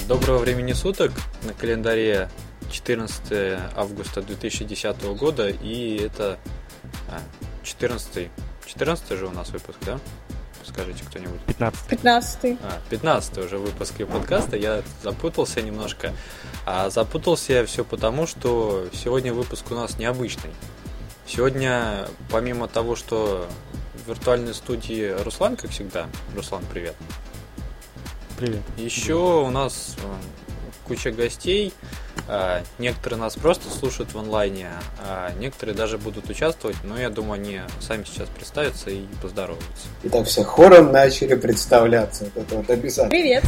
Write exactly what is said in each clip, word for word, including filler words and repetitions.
Доброго времени суток, на календаре четырнадцатое августа две тысячи десятого года, и это а, четырнадцатый, четырнадцатый же у нас выпуск, да? Скажите кто-нибудь. пятнадцатый. пятнадцатый. А, пятнадцатый уже выпуск подкаста, я запутался немножко. А запутался я все потому, что сегодня выпуск у нас необычный. Сегодня, помимо того, что в виртуальной студии Руслан, как всегда, Руслан, привет. Привет. Еще у нас куча гостей. Некоторые нас просто слушают в онлайне, а некоторые даже будут участвовать, но я думаю, они сами сейчас представятся и поздороваются. Итак, все хором начали представляться. Вот это вот обязательно. Привет.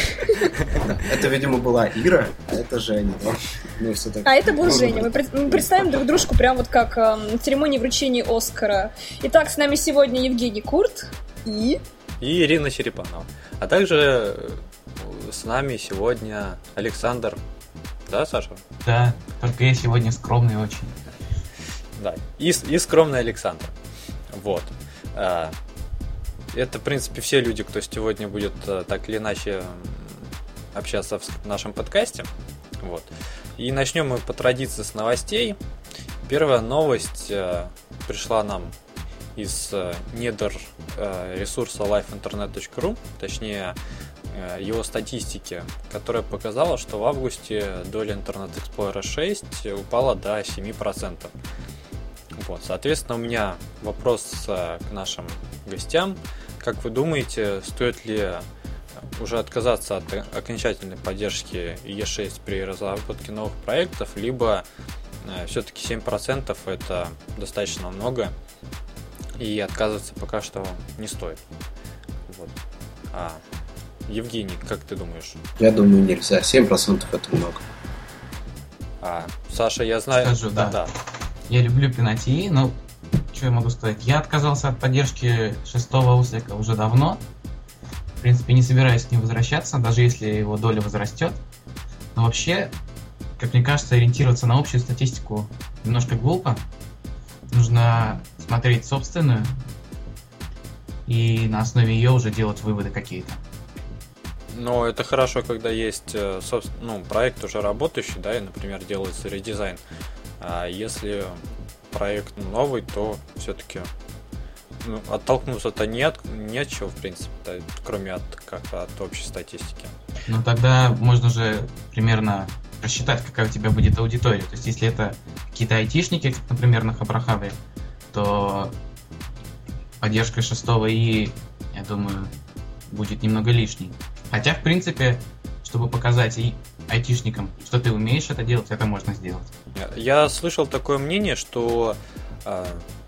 Это, видимо, была Ира, а это Женя. А это был Женя. Мы представим друг дружку прям вот как на церемонии вручения Оскара. Итак, с нами сегодня Евгений Курт и... И Ирина Черепанова. А также с нами сегодня Александр. Да, Саша? Да, только я сегодня скромный очень. Да, и, и скромный Александр. Вот. Это, в принципе, все люди, кто сегодня будет так или иначе общаться в нашем подкасте. Вот. И начнем мы по традиции с новостей. Первая новость пришла нам из недр ресурса лайф интернет точка ру, точнее его статистики, которая показала, что в августе доля Internet Explorer шесть упала до семь процентов. Вот, соответственно, у меня вопрос к нашим гостям. Как вы думаете, стоит ли уже отказаться от окончательной поддержки и и шесть при разработке новых проектов, либо все-таки семь процентов это достаточно много, и отказываться пока что не стоит. Вот. А Евгений, как ты думаешь? Я думаю, нельзя. семь процентов это много. А, Саша, я знаю... Скажу, да. да. Я люблю Pinati, но что я могу сказать? Я отказался от поддержки шестого Ослика уже давно. В принципе, не собираюсь к ним возвращаться, даже если его доля возрастет. Но вообще, как мне кажется, ориентироваться на общую статистику немножко глупо. Нужно смотреть собственную и на основе ее уже делать выводы какие-то. Но это хорошо, когда есть ну, проект уже работающий, да, и, например, делается редизайн. А если проект новый, то все-таки ну, оттолкнуться-то не от, не от чего, в принципе, да, кроме от, как, от общей статистики. Ну тогда можно же примерно рассчитать, какая у тебя будет аудитория. То есть если это какие-то айтишники, как, например, на Хабрахабе, то поддержка шестого И, я думаю, будет немного лишней. Хотя, в принципе, чтобы показать и айтишникам, что ты умеешь это делать, это можно сделать. Я слышал такое мнение, что э,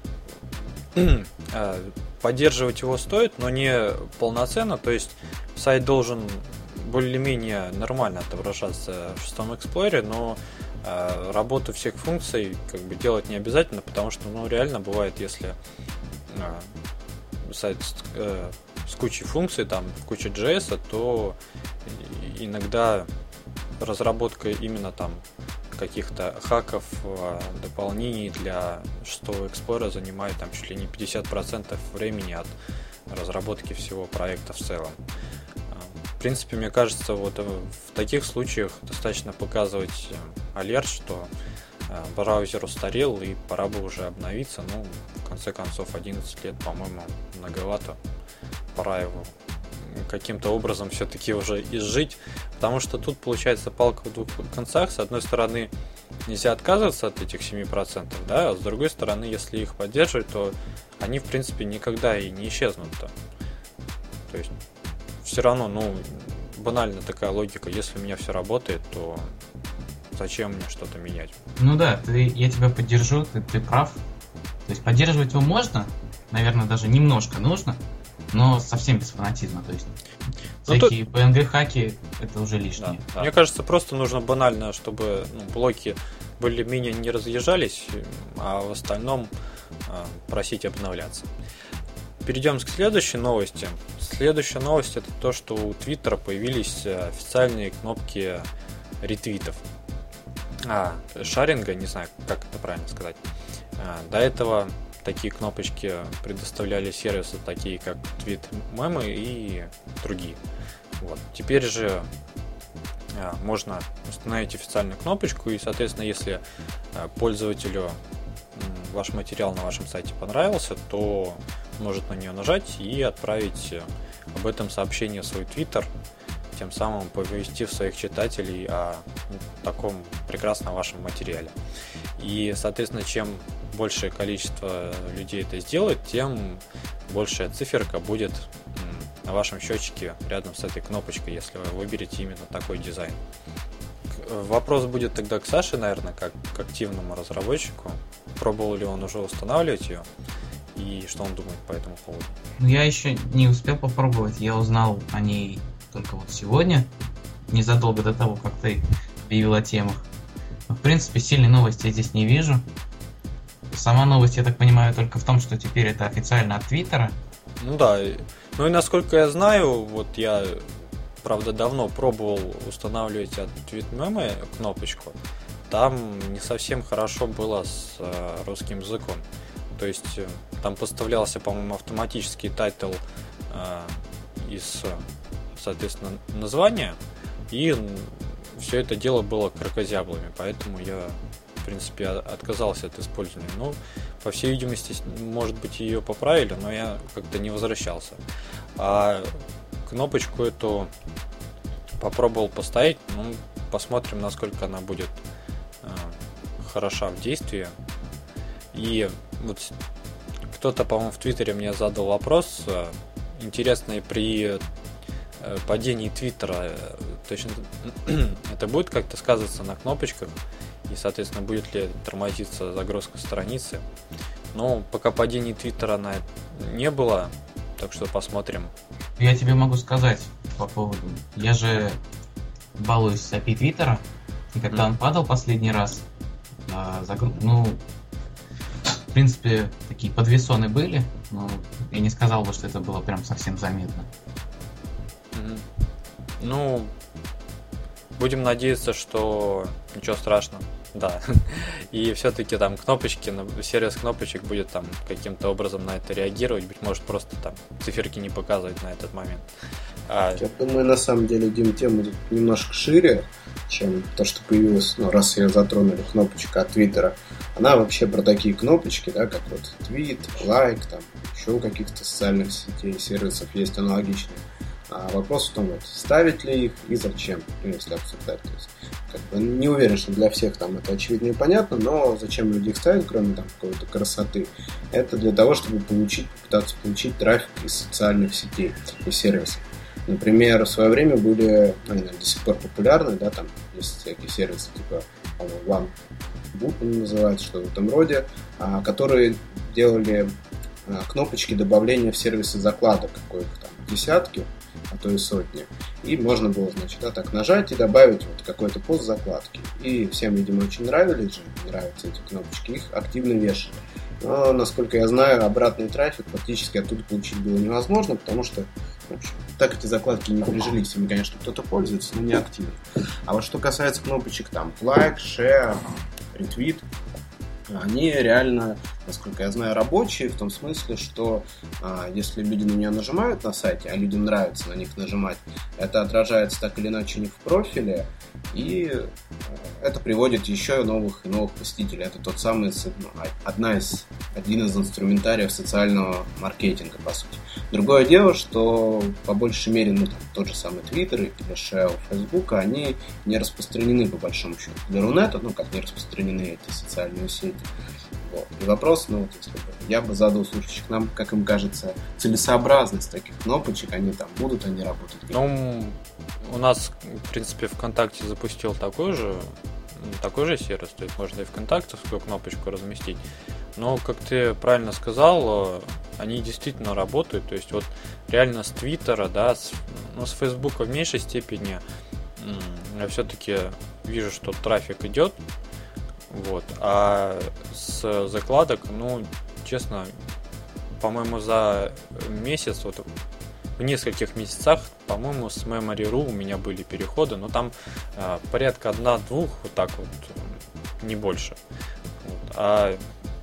э, поддерживать его стоит, но не полноценно. То есть сайт должен более-менее нормально отображаться в шестом Explorer, но э, работу всех функций как бы делать не обязательно, потому что ну, реально бывает, если э, сайт... Э, с кучей функций, там, куча джей эс, то иногда разработка именно там каких-то хаков, дополнений для шестого Explorer занимает там чуть ли не пятьдесят процентов времени от разработки всего проекта в целом. В принципе, мне кажется, вот в таких случаях достаточно показывать алерт, что браузер устарел и пора бы уже обновиться. Ну, в конце концов, одиннадцать лет, по-моему, многовато. Пора его каким-то образом все-таки уже изжить, потому что тут получается палка в двух концах. С одной стороны, нельзя отказываться от этих семь процентов, да, а с другой стороны, если их поддерживать, то они, в принципе, никогда и не исчезнут-то. То есть, все равно, ну, банально такая логика, если у меня все работает, то зачем мне что-то менять? Ну да, ты, я тебя поддержу, ты, ты прав. То есть поддерживать его можно, наверное, даже немножко нужно, но совсем без фанатизма. То есть ну, всякие тут... пи эн джи-хаки это уже лишнее. Да, да. Мне кажется, просто нужно банально, чтобы ну, блоки более-менее не разъезжались, а в остальном э, просить обновляться. Перейдем к следующей новости. Следующая новость — это то, что у Твиттера появились официальные кнопки ретвитов. А, шаринга, не знаю, как это правильно сказать. А, до этого такие кнопочки предоставляли сервисы, такие как TweetMeme и другие. Вот. Теперь же можно установить официальную кнопочку, и, соответственно, если пользователю ваш материал на вашем сайте понравился, то может на нее нажать и отправить об этом сообщение в свой Twitter, тем самым повестив своих читателей о таком прекрасном вашем материале. И, соответственно, чем большее количество людей это сделает, тем большая циферка будет на вашем счетчике рядом с этой кнопочкой, если вы выберете именно такой дизайн. Вопрос будет тогда к Саше, наверное, как к активному разработчику. Пробовал ли он уже устанавливать ее и что он думает по этому поводу? Я еще не успел попробовать, я узнал о ней только вот сегодня, незадолго до того, как ты объявил о темах. Но, в принципе, сильной новости я здесь не вижу. Сама новость, я так понимаю, только в том, что теперь это официально от Твиттера. Ну да, ну и насколько я знаю, вот я, правда, давно пробовал устанавливать от TweetMeme кнопочку. Там не совсем хорошо было с э, русским языком. То есть э, там поставлялся, по-моему, автоматический тайтл э, из, соответственно, названия, и все это дело было кракозяблами, поэтому я, в принципе, отказался от использования. Ну, по всей видимости, может быть, ее поправили, но я как-то не возвращался. А кнопочку эту попробовал поставить, ну, посмотрим, насколько она будет э, хороша в действии. И вот кто-то, по-моему, в Твиттере мне задал вопрос, э, интересный, при э, падении Твиттера, э, точно это будет как-то сказываться на кнопочках, и, соответственно, будет ли тормозиться загрузка страницы. Но пока падения Твиттера на не было, так что посмотрим. Я тебе могу сказать по поводу... Я же балуюсь с эй пи ай Твиттера, и когда mm. он падал последний раз, э, загруз... ну, в принципе, такие подвесоны были, но я не сказал бы, что это было прям совсем заметно. Mm-hmm. Ну, будем надеяться, что ничего страшного. Да. И все-таки там кнопочки, сервис кнопочек будет там каким-то образом на это реагировать, быть может, просто там циферки не показывать на этот момент. А... Я думаю, на самом деле, Дим, тема немножко шире, чем то, что появилось, ну, раз ее затронули, кнопочка от Твиттера. Она вообще про такие кнопочки, да, как вот твит, лайк, там, еще у каких-то социальных сетей, сервисов есть аналогичные. А вопрос в том, вот, ставить ли их и зачем, ну, если обсуждать. То есть, как бы, не уверен, что для всех там это очевидно и понятно, но зачем люди их ставят, кроме там какой-то красоты, это для того, чтобы получить, попытаться получить трафик из социальных сетей и сервисов. Например, в свое время были, ну, наверное, до сих пор популярны, да, там есть всякие сервисы типа OneBoot называется, что в этом роде, а, которые делали а, кнопочки добавления в сервисы закладок, каких-то там десятки, а то и сотни. И можно было, значит, да, так нажать и добавить вот какой-то пост закладки. И всем, видимо, очень нравились же, нравятся эти кнопочки, их активно вешали. Но, насколько я знаю, обратный трафик фактически оттуда получить было невозможно, потому что, в общем, так эти закладки не прижились. Ими, конечно, кто-то пользуется, но не активно. А вот что касается кнопочек там лайк, share, retweet, они реально, насколько я знаю, рабочие, в том смысле, что а, если люди на нее нажимают на сайте, а людям нравится на них нажимать, это отражается так или иначе у них в профиле, и это приводит еще новых и новых посетителей. Это тот самый, ну, одна из, один из инструментариев социального маркетинга, по сути. Другое дело, что по большей мере, ну, там, тот же самый Twitter или Share Facebook, они не распространены по большому счету для Рунета, ну, как не распространены эти социальные сети. Вот. И вопрос, ну, вот, если бы я бы задал слушающих нам, как им кажется, целесообразность таких кнопочек, они там будут, они работать? Ну, у нас, в принципе, ВКонтакте запустил такой же, такой же сервис, то есть можно и ВКонтактовскую кнопочку разместить. Но, как ты правильно сказал, они действительно работают, то есть вот реально с Твиттера, да, с, ну, с Фейсбука в меньшей степени я все-таки вижу, что трафик идет. Вот. А с закладок, ну, честно, по-моему, за месяц, вот в нескольких месяцах, по-моему, с Memory точка ру у меня были переходы, но там э, порядка одна-двух, вот так вот, не больше. Вот. А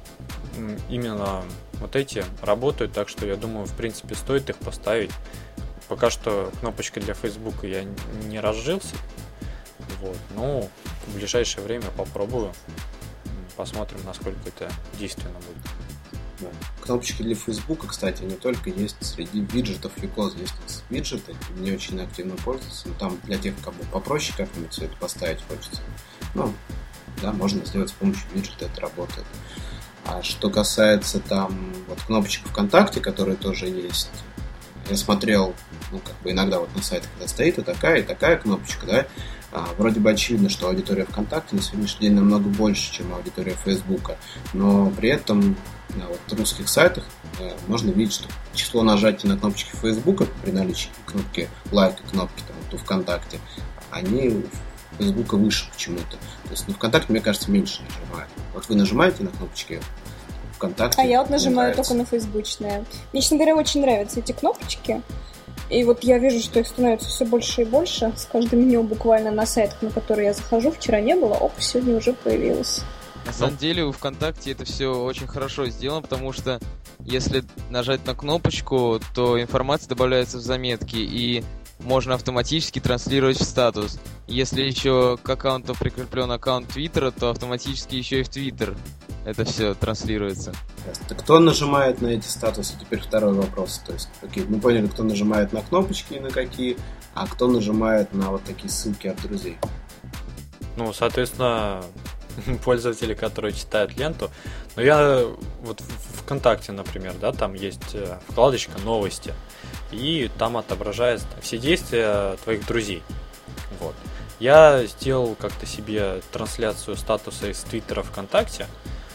именно вот эти работают, так что я думаю, в принципе, стоит их поставить. Пока что кнопочка для Facebook я не разжился. Вот. Ну, в ближайшее время попробую. Посмотрим, насколько это действенно будет. Да. Кнопочки для Фейсбука, кстати, не только есть среди виджетов Викоз, есть виджеты, мне очень активно пользуются, но там для тех, кому попроще как-нибудь все это поставить хочется. Ну, да, можно сделать с помощью виджета, это работает. А что касается там вот кнопочек ВКонтакте, которые тоже есть, я смотрел, ну, как бы иногда вот на сайтах, когда стоит и такая, и такая кнопочка, да, а, вроде бы очевидно, что аудитория ВКонтакте на сегодняшний день намного больше, чем аудитория Фейсбука, но при этом на вот русских сайтах э, можно видеть, что число нажатий на кнопочки Фейсбука при наличии кнопки лайк и кнопки там, вот, у ВКонтакте, они у Фейсбука выше почему-то. То есть на ВКонтакте, мне кажется, меньше нажимают. Вот вы нажимаете на кнопочки ВКонтакте? А я вот нажимаю только на фейсбучные. Мне, честно говоря, очень нравятся эти кнопочки. И вот я вижу, что их становится все больше и больше. С каждым днем буквально на сайтах, на которые я захожу, вчера не было, оп, сегодня уже появилось. На самом деле у ВКонтакте это все очень хорошо сделано, потому что если нажать на кнопочку, то информация добавляется в заметки, и можно автоматически транслировать в статус. Если еще к аккаунту прикреплен аккаунт Твиттера, то автоматически еще и в Твиттер это все транслируется. Так кто нажимает на эти статусы? Теперь второй вопрос. То есть, окей, мы поняли, кто нажимает на кнопочки и на какие, а кто нажимает на вот такие ссылки от друзей. Ну, соответственно, пользователи, которые читают ленту. Но я вот в ВКонтакте, например, да, там есть вкладочка «Новости», и там отображаются все действия твоих друзей. Вот. Я сделал как-то себе трансляцию статуса из Твиттера ВКонтакте,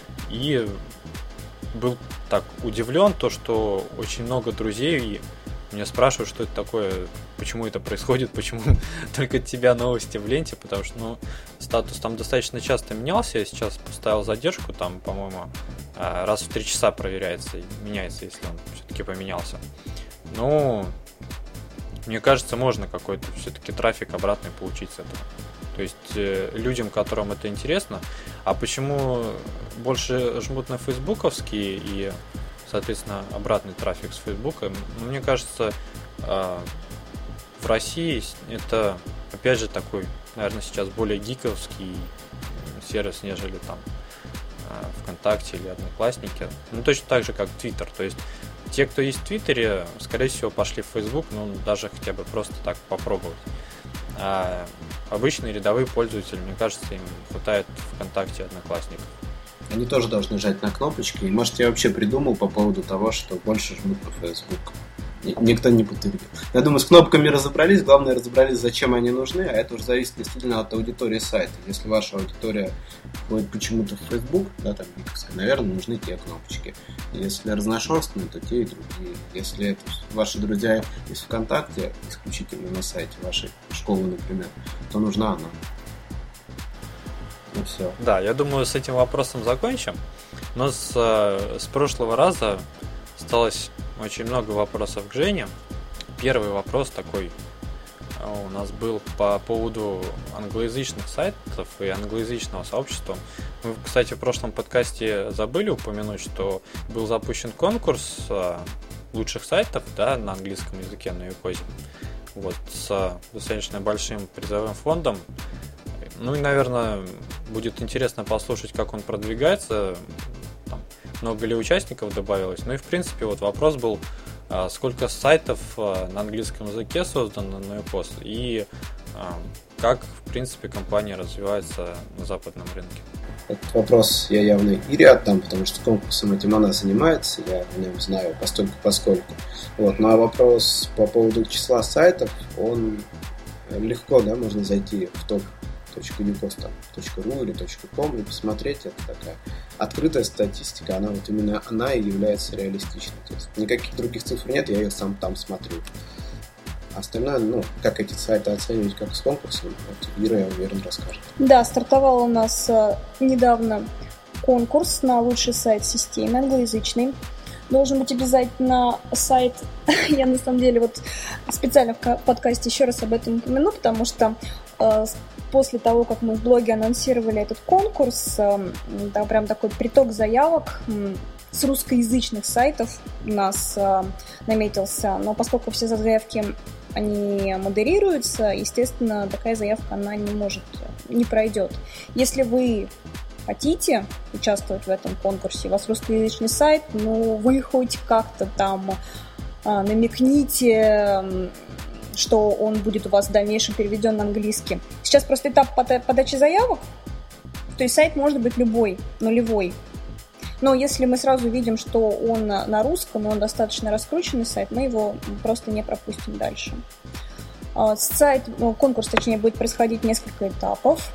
и был так удивлен, то, что очень много друзей меня спрашивают, что это такое, почему это происходит, почему только от тебя новости в ленте, потому что, ну, статус там достаточно часто менялся, я сейчас поставил задержку, там, по-моему, раз в три часа проверяется, меняется, если он все-таки поменялся. Ну, мне кажется, можно какой-то все-таки трафик обратный получить с этого. То есть э, людям, которым это интересно. А почему больше жмут на фейсбуковские и, соответственно, обратный трафик с Фейсбука? Мне кажется, э, в России это, опять же, такой, наверное, сейчас более гиковский сервис, нежели там э, ВКонтакте или Одноклассники. Ну, точно так же, как Твиттер. То есть те, кто есть в Твиттере, скорее всего, пошли в Фейсбук, ну, даже хотя бы просто так попробовать. А обычные рядовые пользователи, мне кажется, им хватает ВКонтакте и Одноклассников. Они тоже должны нажать на кнопочки. И, может, я вообще придумал по поводу того, что больше жмут на Facebook. Никто не подтвердил. Я думаю, с кнопками разобрались. Главное, разобрались, зачем они нужны. А это уже зависит действительно от аудитории сайта. Если ваша аудитория ходит почему-то в Facebook, да, там, наверное, нужны те кнопочки. Если разношерстные, то те и другие. Если это ваши друзья из ВКонтакте, исключительно на сайте вашей школы, например, то нужна она. Ну все. Да, я думаю, с этим вопросом закончим. Но с, с прошлого раза осталось очень много вопросов к Жене. Первый вопрос такой у нас был по поводу англоязычных сайтов и англоязычного сообщества. Мы, кстати, в прошлом подкасте забыли упомянуть, что был запущен конкурс лучших сайтов, да, на английском языке на Викозе. Вот, с достаточно большим призовым фондом. Ну и, наверное, будет интересно послушать, как он продвигается. Там, много ли участников добавилось. Ну и, в принципе, вот вопрос был, сколько сайтов на английском языке создано на Викоз и как, в принципе, компания развивается на западном рынке. Этот вопрос я явно Ире отдам, потому что конкурсом этим она занимается, я о нем знаю постольку поскольку. Вот. Ну а вопрос по поводу числа сайтов, он легко, да, можно зайти в топ .викоз, там, .ру или .ком и посмотреть, это такая открытая статистика, она вот именно она и является реалистичной. То есть никаких других цифр нет, я ее сам там смотрю. Остальное, ну, как эти сайты оценивать, как с конкурсом, вот Ира, я уверен, расскажет. Да, стартовал у нас э, недавно конкурс на лучший сайт системы, англоязычный. Должен быть обязательно сайт. Я, на самом деле, вот специально в подкасте еще раз об этом упомяну, потому что э, после того, как мы в блоге анонсировали этот конкурс, э, там прям такой приток заявок э, с русскоязычных сайтов у нас э, наметился. Но поскольку все заявки они модерируются, естественно, такая заявка, она не может, не пройдет. Если вы хотите участвовать в этом конкурсе, у вас русскоязычный сайт, ну, вы хоть как-то там а, намекните, что он будет у вас в дальнейшем переведен на английский. Сейчас просто этап подачи заявок, то есть сайт может быть любой, нулевой. Но если мы сразу видим, что он на русском, и он достаточно раскрученный сайт, мы его просто не пропустим дальше. Сайт, конкурс, точнее, будет происходить несколько этапов.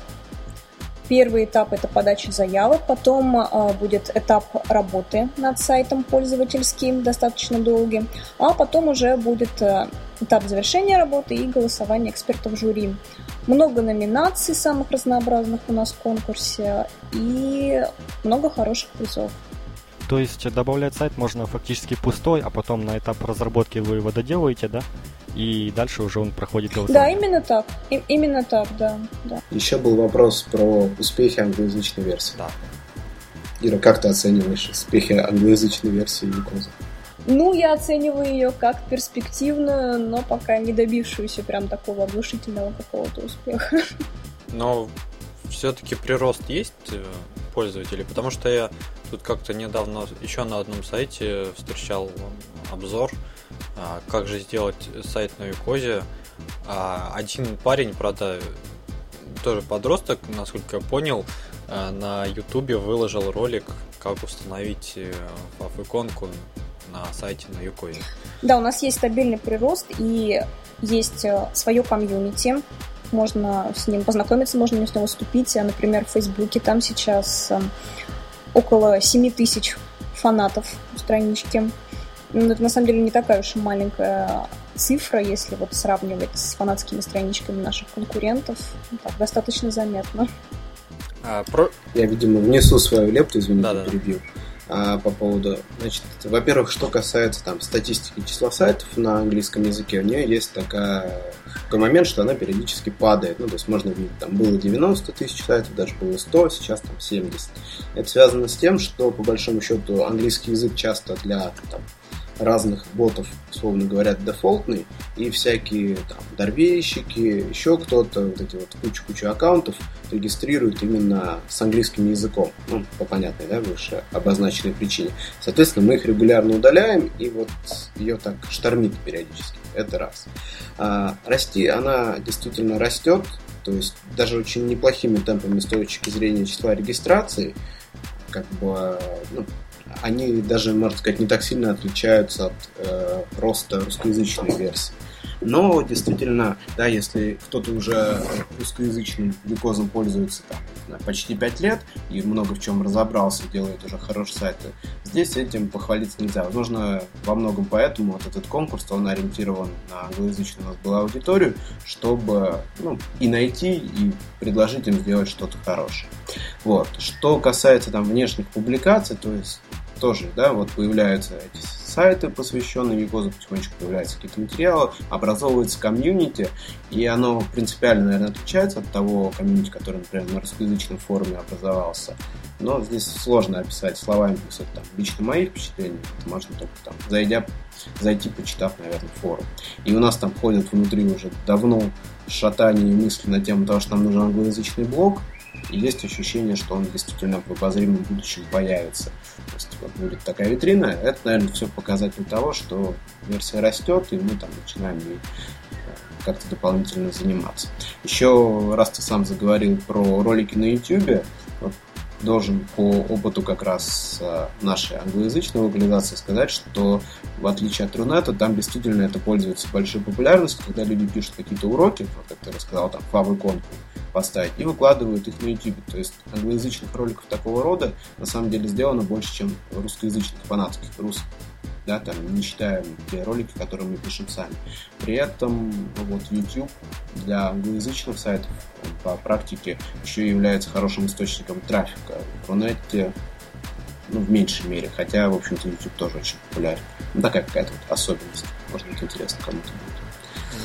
Первый этап – это подача заявок, потом будет этап работы над сайтом пользовательский, достаточно долгий, а потом уже будет этап завершения работы и голосование экспертов жюри. Много номинаций самых разнообразных у нас в конкурсе и много хороших призов. То есть добавлять сайт можно фактически пустой, а потом на этап разработки вы его доделаете, да? И дальше уже он проходит голосование. Да, именно так. И, именно так, да, да. Еще был вопрос про успехи англоязычной версии. Да. Ира, как ты оцениваешь успехи англоязычной версии Юкоза? Ну, я оцениваю ее как перспективную, но пока не добившуюся прям такого оглушительного какого-то успеха. Но все-таки прирост есть пользователей, потому что я тут как-то недавно еще на одном сайте встречал обзор, как же сделать сайт на Юкозе. Один парень, правда, тоже подросток, насколько я понял, на Ютубе выложил ролик, как установить фав-иконку на сайте на Юкозе. Да, у нас есть стабильный прирост и есть свое комьюнити. Можно с ним познакомиться, можно с ним вступить. Например, в Фейсбуке там сейчас около семь тысяч фанатов у странички. Но это на самом деле не такая уж и маленькая цифра, если вот сравнивать с фанатскими страничками наших конкурентов. Так, достаточно заметно. А, про... Я, видимо, внесу свою лепту, извините, Да-да. перебью. А, по поводу, значит, во-первых, что касается там статистики числа сайтов на английском языке, у нее есть такая, такой момент, что она периодически падает. Ну, то есть можно видеть, там было девяносто тысяч сайтов, даже было сто, сейчас там семьдесят. Это связано с тем, что, по большому счету, английский язык часто для там, разных ботов, условно говоря, дефолтный, и всякие там дорвейщики, еще кто-то, вот эти вот кучу-кучу аккаунтов регистрируют именно с английским языком, ну, по понятной, да, выше обозначенной причине. Соответственно, мы их регулярно удаляем, и вот ее так штормит периодически. Это раз. А, расти, она действительно растет, то есть даже очень неплохими темпами с точки зрения числа регистраций, как бы, ну, они даже, можно сказать, не так сильно отличаются от э, просто русскоязычной версии. Но действительно, да, если кто-то уже русскоязычным Юкозом пользуется там, почти пять лет и много в чем разобрался, делает уже хорошие сайты, здесь этим похвалиться нельзя. Возможно, во многом поэтому вот этот конкурс, он ориентирован на англоязычную у нас была аудиторию, чтобы ну, и найти, и предложить им сделать что-то хорошее. Вот. Что касается там внешних публикаций, то есть тоже, да, вот появляются эти сайты, посвященные Юкозу, потихонечку появляются какие-то материалы, образовывается комьюнити, и оно принципиально, наверное, отличается от того комьюнити, который, например, на русскоязычном форуме образовался. Но здесь сложно описать словами, потому что там лично мои впечатления, это можно только там, зайдя, зайти, почитав, наверное, форум. И у нас там ходят внутри уже давно шатания и мысли на тему того, что нам нужен англоязычный блог, и есть ощущение, что он действительно в обозримом будущем появится. То есть вот будет такая витрина. Это, наверное, все показатель того, что версия растет, и мы там начинаем ей как-то дополнительно заниматься. Еще раз ты сам заговорил про ролики на YouTube, вот должен по опыту как раз нашей англоязычной локализации сказать, что в отличие от Рунета, там действительно это пользуется большой популярностью, когда люди пишут какие-то уроки, вот как ты рассказал, там фав-иконку поставить, и выкладывают их на YouTube. То есть англоязычных роликов такого рода на самом деле сделано больше, чем русскоязычных фанатских русских. Да, там, не считаем те ролики, которые мы пишем сами. При этом вот YouTube для англоязычных сайтов по практике еще является хорошим источником трафика. В Рунете ну, в меньшей мере, хотя, в общем-то, YouTube тоже очень популярен. Ну, такая какая-то вот особенность. Может быть, интересно кому-то будет.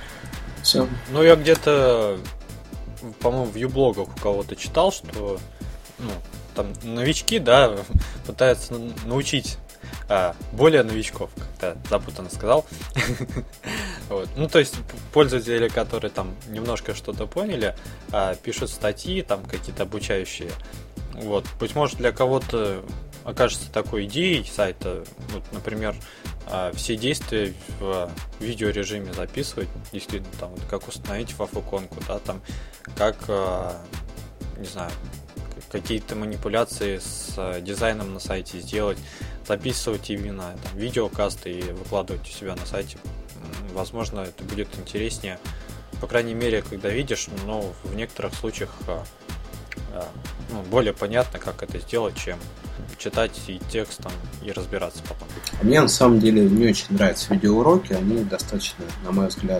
Все. Ну, я где-то, по-моему, в Юблогах у кого-то читал, что ну, там новички, да, пытаются научить а, более новичков, как-то запутанно сказал, Вот. Ну, то есть пользователи, которые там немножко что-то поняли, пишут статьи, там какие-то обучающие. Вот. Быть может, для кого-то окажется такой идеей сайта, вот, например, все действия в видеорежиме записывать, действительно, там, вот, как установить фаф-иконку, да, там, как, не знаю, какие-то манипуляции с дизайном на сайте сделать, записывать именно там, видеокасты и выкладывать у себя на сайте. Возможно, это будет интереснее, по крайней мере, когда видишь, но в некоторых случаях ну, более понятно, как это сделать, чем читать и текстом и разбираться потом. Мне на самом деле не очень нравятся видеоуроки, они достаточно, на мой взгляд,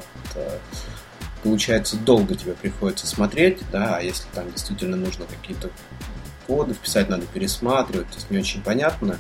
получается, долго тебе приходится смотреть, да, а если там действительно нужно какие-то коды вписать, надо пересматривать, то есть не очень понятно.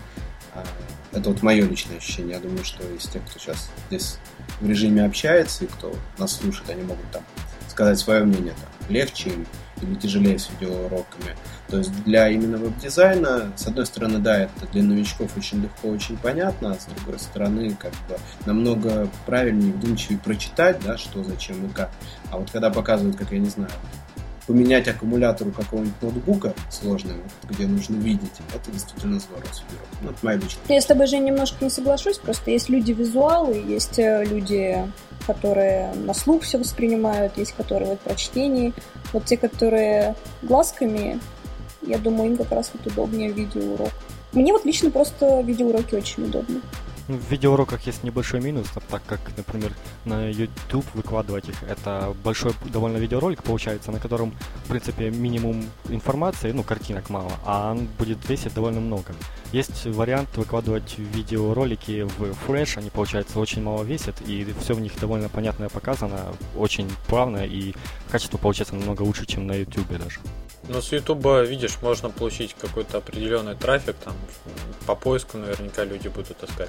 Это вот мое личное ощущение. Я думаю, что из тех, кто сейчас здесь в режиме общается и кто нас слушает, они могут там сказать свое мнение, там, легче им или тяжелее с видеоуроками. То есть для именно веб-дизайна, с одной стороны, да, это для новичков очень легко, очень понятно, а с другой стороны, как бы намного правильнее, вдумчивее прочитать, да, что, зачем и как. А вот когда показывают, как, я не знаю, поменять аккумулятор у какого-нибудь ноутбука сложного, где нужно видеть, это действительно здорово с видеоуроком. Ну, это моя личная. Я с тобой же немножко не соглашусь, просто есть люди-визуалы, есть люди, которые на слух все воспринимают, есть которые вот про чтение. Вот те, которые глазками, я думаю, им как раз вот удобнее видеоурок. Мне вот лично просто видеоуроки очень удобны. В видеоуроках есть небольшой минус, так как, например, на YouTube выкладывать их, это большой довольно видеоролик получается, на котором, в принципе, минимум информации, ну, картинок мало, а он будет весить довольно много. Есть вариант выкладывать видеоролики в Flash, они, получается, очень мало весят, и все в них довольно понятно показано, очень плавно, и качество получается намного лучше, чем на YouTube даже. Ну, с YouTube, видишь, можно получить какой-то определенный трафик, там, по поиску наверняка люди будут искать.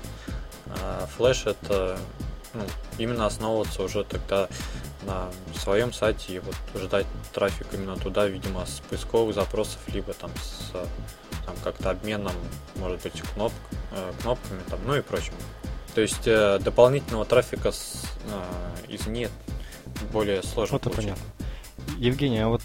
А Flash — это, ну, именно основываться уже тогда на своем сайте и вот ждать трафик именно туда, видимо, с поисковых запросов, либо там с там, как-то обменом, может быть, кноп, кнопками, там, ну и прочим. То есть дополнительного трафика с, извне более сложно вот получить. Это понятно. Евгений, а вот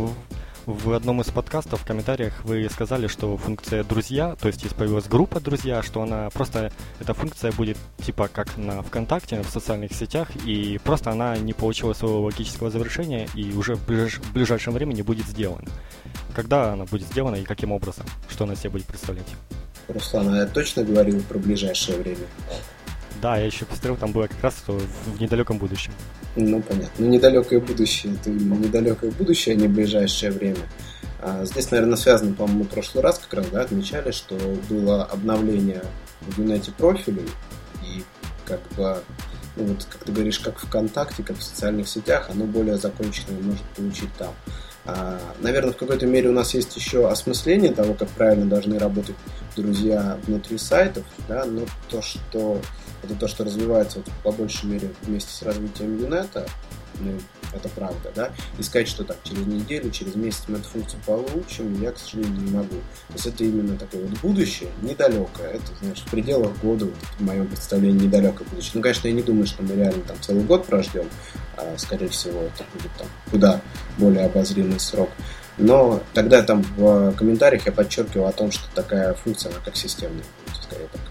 в одном из подкастов в комментариях вы сказали, что функция «друзья», то есть если появилась группа «друзья», что она просто, эта функция будет типа как на ВКонтакте, в социальных сетях, и просто она не получила своего логического завершения и уже в, ближ... в ближайшем времени будет сделана. Когда она будет сделана и каким образом? Что она себе будет представлять? Руслан, а я точно говорил про ближайшее время? Да, я еще посмотрел, там было как раз что в недалеком будущем. Ну, понятно. Ну, недалекое будущее, это недалекое будущее, а не ближайшее время. А здесь, наверное, связано, по-моему, мы в прошлый раз как раз, да, отмечали, что было обновление в Unity профилей, и как бы, ну, вот, как ты говоришь, как ВКонтакте, как в социальных сетях, оно более законченное может получить там. А, наверное, в какой-то мере у нас есть еще осмысление того, как правильно должны работать друзья внутри сайтов, да, но то, что это то, что развивается вот, по большей мере вместе с развитием Юнета, ну, это правда, да, и сказать, что так, через неделю, через месяц мы эту функцию получим, я, к сожалению, не могу. То есть это именно такое вот будущее, недалекое, это, знаешь, в пределах года, вот, в моем представлении, недалекое будущее. Ну, конечно, я не думаю, что мы реально там целый год прождем, а, скорее всего, это будет там куда более обозримый срок. Но тогда там в комментариях я подчеркивал о том, что такая функция, она как системная, скорее так.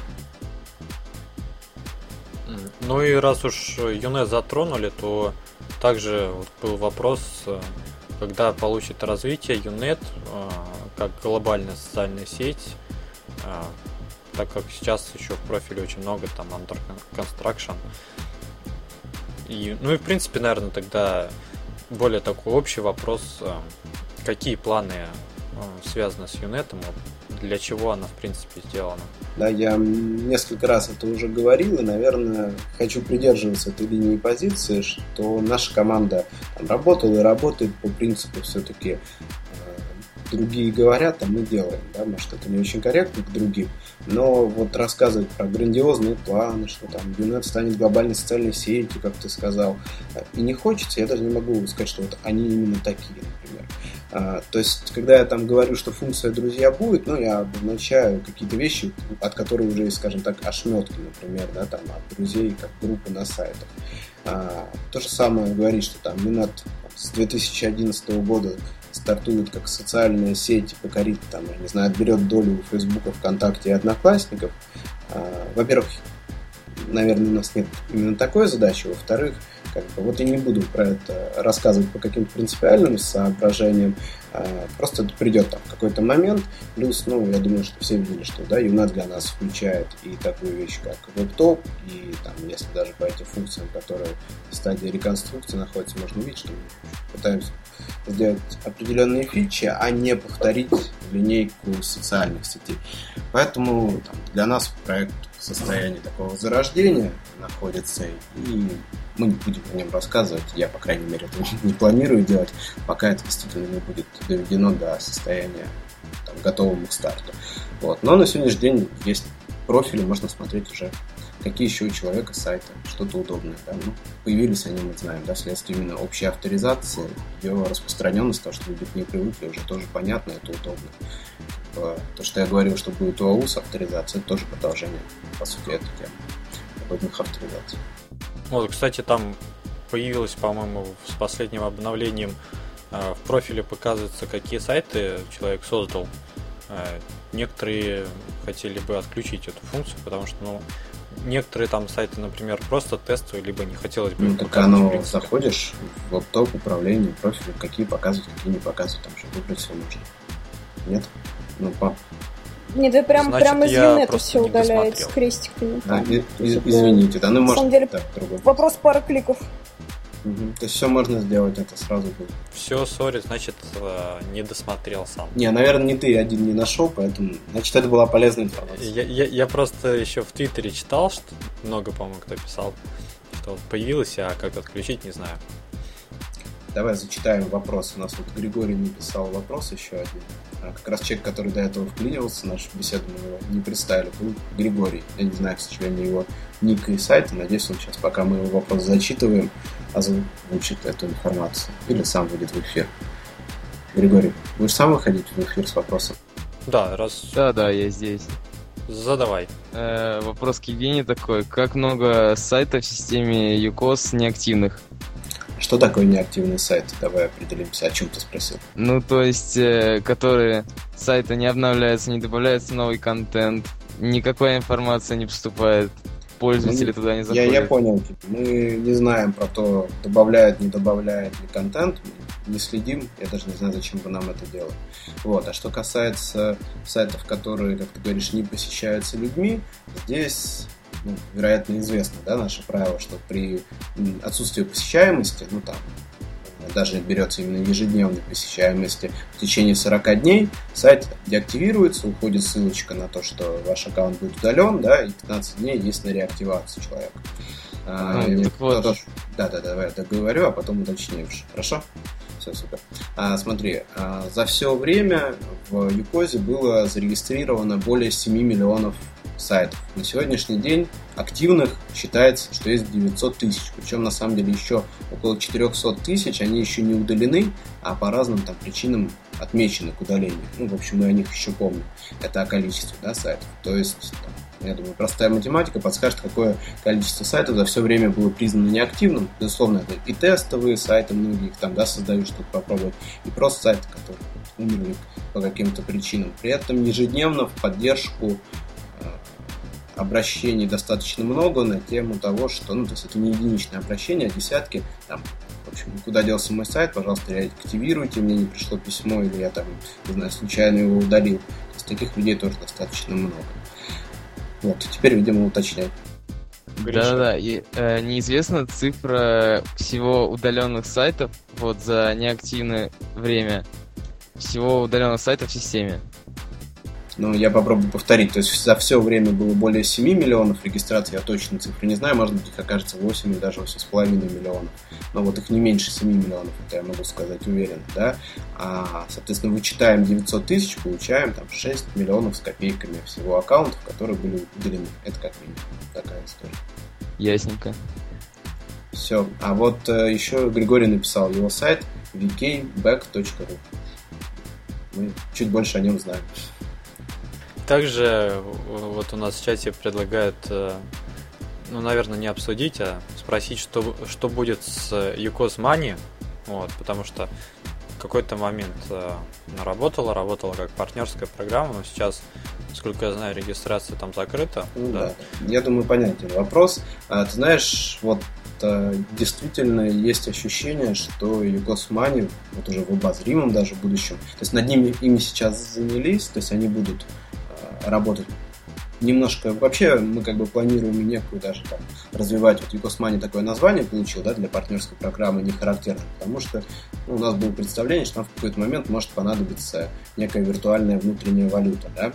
Ну и раз уж Юнет затронули, то также вот был вопрос, когда получит развитие Юнет как глобальная социальная сеть, так как сейчас еще в профиле очень много там under construction. И, ну и в принципе, наверное, тогда более такой общий вопрос, какие планы связаны с Юнетом, для чего она в принципе сделана. Да, я несколько раз это уже говорил, и, наверное, хочу придерживаться этой линии позиции, что наша команда там работала и работает по принципу все-таки э, другие говорят, а мы делаем, да, может, это не очень корректно к другим, но вот рассказывать про грандиозные планы, что там Юнет станет глобальной социальной сетью, как ты сказал, и не хочется, я даже не могу сказать, что вот они именно такие, например. А, то есть, когда я там говорю, что функция «друзья» будет, ну, я обозначаю какие-то вещи, от которых уже есть, скажем так, ошметки, например, да, там, от друзей, как группы на сайтах. А, то же самое говорит, что там Юнет с две тысячи одиннадцатого года стартует как социальная сеть и покорит, там, я не знаю, отберет долю у Фейсбука, ВКонтакте и Одноклассников. А, во-первых, наверное, у нас нет именно такой задачи. Во-вторых, как бы, вот я не буду про это рассказывать по каким-то принципиальным соображениям. А, просто это придет там в какой-то момент. Плюс, ну, я думаю, что все видели, что, да, Юнет для нас включает и такую вещь, как веб-топ, и там, если даже по этим функциям, которые в стадии реконструкции находятся, можно увидеть, что мы пытаемся сделать определенные фичи, а не повторить линейку социальных сетей. Поэтому там, для нас проект в состоянии такого зарождения находится, и мы не будем о нем рассказывать. Я, по крайней мере, это не планирую делать, пока это действительно не будет доведено до состояния там, готового к старту. Вот. Но на сегодняшний день есть профили, можно смотреть уже, какие еще у человека сайты, что-то удобное. Да? Ну, появились они, мы знаем, да, вследствие именно общей авторизации, ее распространенность, то, что люди к ней привыкли, уже тоже понятно, это удобно. То, что я говорил, что будет у эй ю с авторизацией, это тоже продолжение, по сути, этой темы, удобных авторизаций. Вот, кстати, там появилось, по-моему, с последним обновлением э, в профиле показывается, какие сайты человек создал. Э, некоторые хотели бы отключить эту функцию, потому что, ну, некоторые там сайты, например, просто тестовые, либо не хотелось бы... Ну, так оно, заходишь в топ управления, профили, какие показывают, какие не показывают, там же выбрать все можно. Нет? Ну, по... Нет, вы прям, Значит, прям из я Юнета все не удаляете с досмотрел. крестиками. А, и- и- извините, да, ну, На может, самом деле, так, другой. вопрос пары кликов. Мгм. То есть все можно сделать, это сразу будет. Все, сори, значит, э, не досмотрел сам. Не, наверное, не ты один не нашел, поэтому, значит, это была полезная информация. Я, я, я просто еще в Твиттере читал, что много, по-моему, кто писал, что вот появилось, а как отключить, не знаю. Давай зачитаем вопрос. У нас вот Григорий написал вопрос еще один. А как раз человек, который до этого вклинивался в нашу беседу, мы его не представили, был Григорий. Я не знаю, к сожалению, его ник и сайт. Надеюсь, он сейчас, пока мы его вопрос зачитываем, озвучит эту информацию. Или сам выйдет в эфир. Григорий, будешь сам выходить в эфир с вопросом? Да, раз Да-да, я здесь. задавай. Э, вопрос к Евгении такой. Как много сайтов в системе юкос неактивных? Что такое неактивный сайт? Давай определимся, о чем ты спросил. Ну, то есть, э, которые сайты не обновляются, не добавляется новый контент, никакая информация не поступает, пользователи Ну, туда не Я, заходят. я понял. Мы не знаем про то, добавляет, не добавляет ли контент, мы не следим, я даже не знаю, зачем бы нам это делать. Вот. А что касается сайтов, которые, как ты говоришь, не посещаются людьми, здесь, ну, вероятно, известно, да, наше правило, что при м, отсутствии посещаемости, ну там, даже берется именно ежедневной посещаемости в течение сорок дней, сайт деактивируется, уходит ссылочка на то, что ваш аккаунт будет удален, да, и пятнадцать дней есть на реактивацию человека. А, Ну, и так вот. кто-то- Да, да, давай я договорю, а потом уточнишь. Хорошо? Все, супер. А, смотри, а, за все время в Юкозе было зарегистрировано более семь миллионов сайтов. На сегодняшний день активных считается, что есть девятьсот тысяч. Причем, на самом деле, еще около четыреста тысяч, они еще не удалены, а по разным там причинам отмечены к удалению. Ну, в общем, мы о них еще помним. Это о количестве, да, сайтов. То есть, там, я думаю, простая математика подскажет, какое количество сайтов за все время было признано неактивным. Безусловно, это и тестовые сайты, многие их там, да, создают, чтобы попробовать, и просто сайты, которые умерли по каким-то причинам. При этом ежедневно в поддержку обращений достаточно много на тему того, что, ну, то есть это не единичное обращение, а десятки, там, в общем, куда делся мой сайт, пожалуйста, реактивируйте, мне не пришло письмо, или я там, не знаю, случайно его удалил. То есть таких людей тоже достаточно много. Вот, теперь, видимо, уточняй. Да-да-да, и э, неизвестна цифра всего удаленных сайтов вот за неактивное время, всего удаленных сайтов в системе. Но я попробую повторить. То есть за все время было более семь миллионов регистраций, я точно цифры не знаю, может быть их окажется восемь или даже восемь с половиной миллионов. Но вот их не меньше семи миллионов, это я могу сказать уверенно, да. А, соответственно, вычитаем девятьсот тысяч, получаем там шесть миллионов с копейками всего аккаунтов, которые были удалены. Это как минимум такая история. Ясненько. Все. А вот э, еще Григорий написал его сайт ви кей бэк точка ру. Мы чуть больше о нем знаем. Также вот у нас в чате предлагают, ну, наверное, не обсудить, а спросить, что, что будет с юкос Money, вот, потому что в какой-то момент она работала, работала как партнерская программа, но сейчас, насколько я знаю, регистрация там закрыта. Ну, да. Да. Я думаю, понятен вопрос. А, ты знаешь, вот действительно есть ощущение, что юкос Money вот уже в обозримом даже будущем, то есть над ними ими сейчас занялись, то есть они будут работать немножко. Вообще мы как бы планируем и некую даже там развивать. Вот юкос Money такое название получил, да, для партнерской программы не характерно, потому что ну, у нас было представление, что там в какой-то момент может понадобиться некая виртуальная внутренняя валюта, да.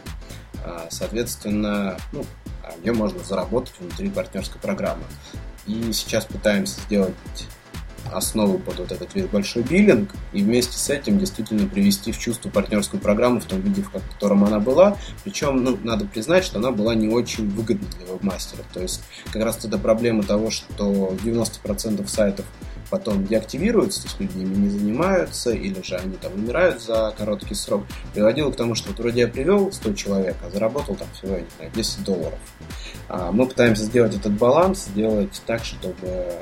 Соответственно, ну, ее можно заработать внутри партнерской программы. И сейчас пытаемся сделать основу под вот этот весь большой биллинг и вместе с этим действительно привести в чувство партнерскую программу в том виде, в котором она была. Причем, ну, надо признать, что она была не очень выгодна для веб-мастеров. То есть как раз эта проблема того, что девяносто процентов сайтов потом деактивируются, то есть люди ими не занимаются, или же они там умирают за короткий срок, приводило к тому, что вот вроде я привел сто человек, а заработал там всего, я не знаю, десять долларов. А мы пытаемся сделать этот баланс, сделать так, чтобы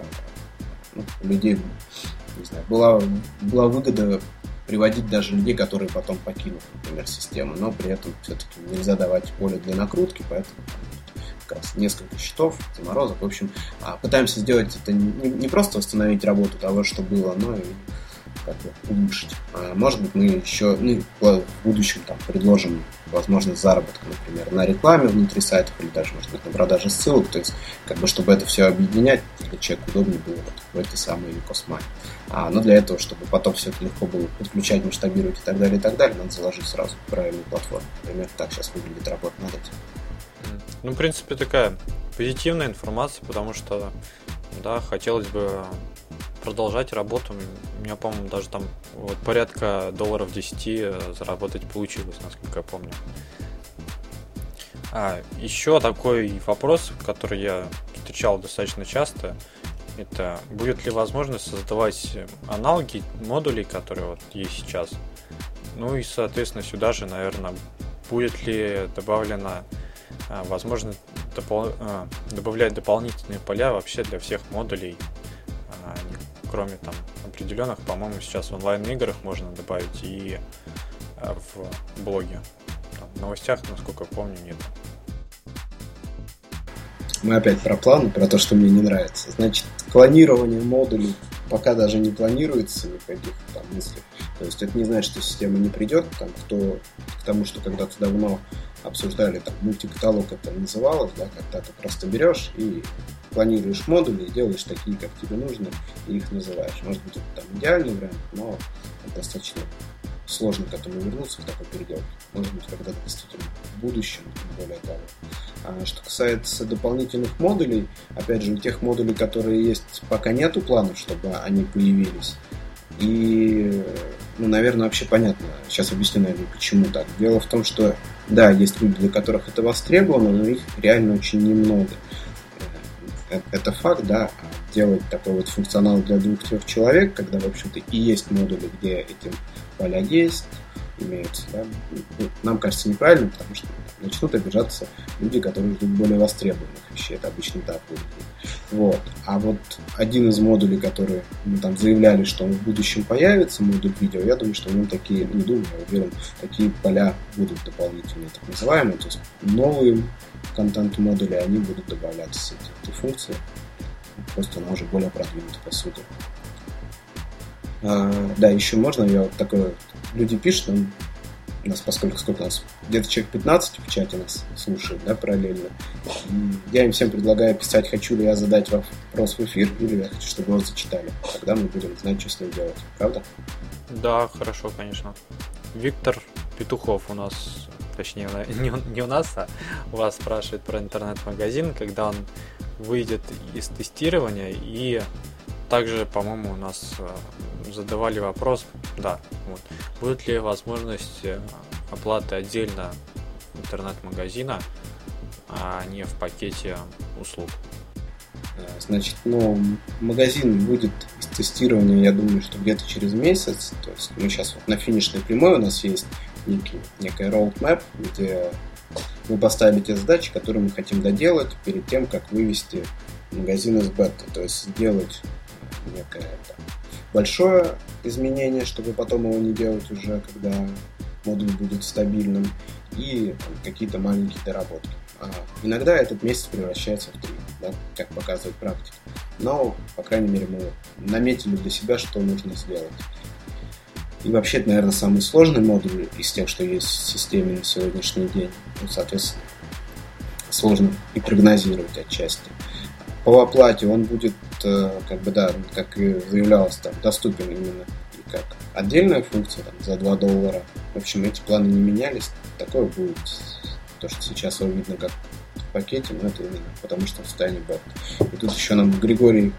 ну, у людей, не знаю, была, была выгода приводить даже людей, которые потом покинут, например, систему, но при этом все-таки нельзя давать поле для накрутки, поэтому как раз несколько счетов, заморозок. В общем, пытаемся сделать это не, не просто восстановить работу того, что было, но и как бы улучшить. Может быть, мы еще ну, в будущем там, предложим возможность заработка, например, на рекламе внутри сайтов или даже, может быть, на продаже ссылок. То есть, как бы, чтобы это все объединять, для человека удобнее было вот в этой самой юкос Money. А, но для этого, чтобы потом все это легко было подключать, масштабировать и так далее, и так далее, надо заложить сразу правильную платформу. Например, так сейчас выглядит работа над этим. Ну, в принципе, такая позитивная информация, потому что, да, хотелось бы продолжать работу. У меня, по-моему, даже там вот порядка долларов десять заработать получилось, насколько я помню. А, еще такой вопрос, который я встречал достаточно часто, это будет ли возможность создавать аналоги модулей, которые вот есть сейчас. Ну и, соответственно, сюда же, наверное, будет ли добавлена возможность допол- добавлять дополнительные поля вообще для всех модулей, кроме там определенных, по-моему, сейчас в онлайн-играх можно добавить и в блоге. Там, в новостях, насколько я помню, нет. Мы опять про планы, про то, что мне не нравится. Значит, клонирование модулей пока даже не планируется никаких там мыслей. То есть это не значит, что система не придет там, кто, к тому, что когда-то давно обсуждали, там, мультикаталог это называлось, да, когда ты просто берешь и планируешь модули и делаешь такие, как тебе нужно, и их называешь. Может быть, это там идеальный вариант, но достаточно сложно к этому вернуться, к такой переделке. Может быть, когда-то действительно в будущем, более того. А что касается дополнительных модулей, опять же, у тех модулей, которые есть, пока нету планов, чтобы они появились. И, ну, наверное, вообще понятно. Сейчас объясню, наверное, почему так. Дело в том, что, да, есть люди, для которых это востребовано, но их реально очень немного. Это факт, да. А делать такой вот функционал для двух-трех человек, когда, в общем-то, и есть модули, где эти поля есть, имеются, да, нам кажется неправильным, потому что начнут обижаться люди, которые ждут более востребованных вещей. Это обычно так выглядит. Вот. А вот один из модулей, которые мы там заявляли, что он в будущем появится, модуль видео, я думаю, что в нем такие, не думаю, я уверен, такие поля будут дополнительные, так называемые, то есть новые контент-модули, они будут добавляться с этой функцией. Просто она уже более продвинута, по сути. А, да, еще можно, я вот такое, люди пишут, нам, у нас, поскольку сколько у нас, где-то человек пятнадцать в чате нас слушает, да, параллельно. И я им всем предлагаю писать, хочу ли я задать вопрос в эфир, или я хочу, чтобы его зачитали. Тогда мы будем знать, что с ним делать. Правда? Да, хорошо, конечно. Виктор Петухов у нас точнее, не, не у нас, а у вас спрашивает про интернет-магазин, когда он выйдет из тестирования. И также, по-моему, у нас задавали вопрос, да, вот, будет ли возможность оплаты отдельно интернет-магазина, а не в пакете услуг. Значит, ну, магазин будет из тестирования, я думаю, что где-то через месяц. То есть мы сейчас вот на финишной прямой, у нас есть некий, некая roadmap, где мы поставили те задачи, которые мы хотим доделать перед тем, как вывести магазин из бета. То есть сделать некое там, большое изменение, чтобы потом его не делать уже, когда модуль будет стабильным, и там, какие-то маленькие доработки. А иногда этот месяц превращается в три, да, как показывает практика. Но, по крайней мере, мы наметили для себя, что нужно сделать. И вообще, это, наверное, самый сложный модуль из тех, что есть в системе на сегодняшний день. Ну, соответственно, сложно и прогнозировать отчасти. По оплате он будет, как бы, да, как и заявлялось, там, доступен именно и как отдельная функция там, за два доллара. В общем, эти планы не менялись. Такое будет. То, что сейчас его видно как в пакете, но это именно потому, что в состоянии бета. И тут еще нам Григорий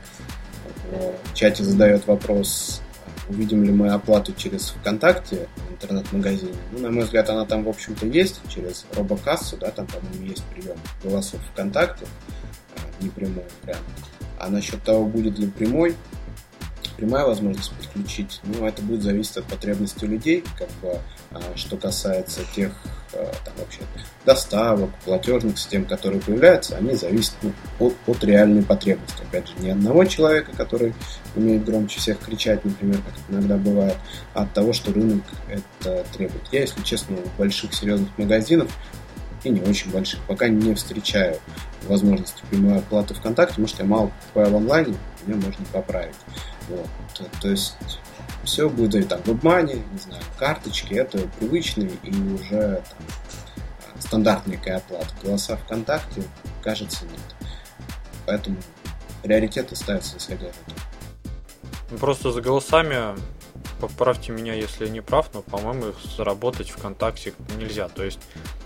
в чате задает вопрос, увидим ли мы оплату через ВКонтакте в интернет-магазине. Ну, на мой взгляд, она там, в общем-то, есть, через робокассу, да, там, по-моему, есть прием голосов ВКонтакте, не прямой прям. А насчет того, будет ли прямой, прямая возможность подключить, ну, это будет зависеть от потребностей людей, как бы, что касается тех там, вообще, доставок, платежных систем, которые появляются, они зависят ну, от, от реальной потребности. Опять же, не одного человека, который умеет громче всех кричать, например, как это иногда бывает, а от того, что рынок это требует. Я, если честно, больших серьезных магазинов и не очень больших пока не встречаю возможности прямой оплаты ВКонтакте, потому что я мало покупаю в онлайне, меня можно поправить. Вот. То, то есть все будет там WebMoney, не знаю, карточки, это привычные и уже там, стандартная какая оплата. Голоса ВКонтакте, кажется, нет. Поэтому приоритеты ставятся исходя из этого. Просто за голосами, поправьте меня, если я не прав, но, по-моему, их заработать ВКонтакте нельзя. То есть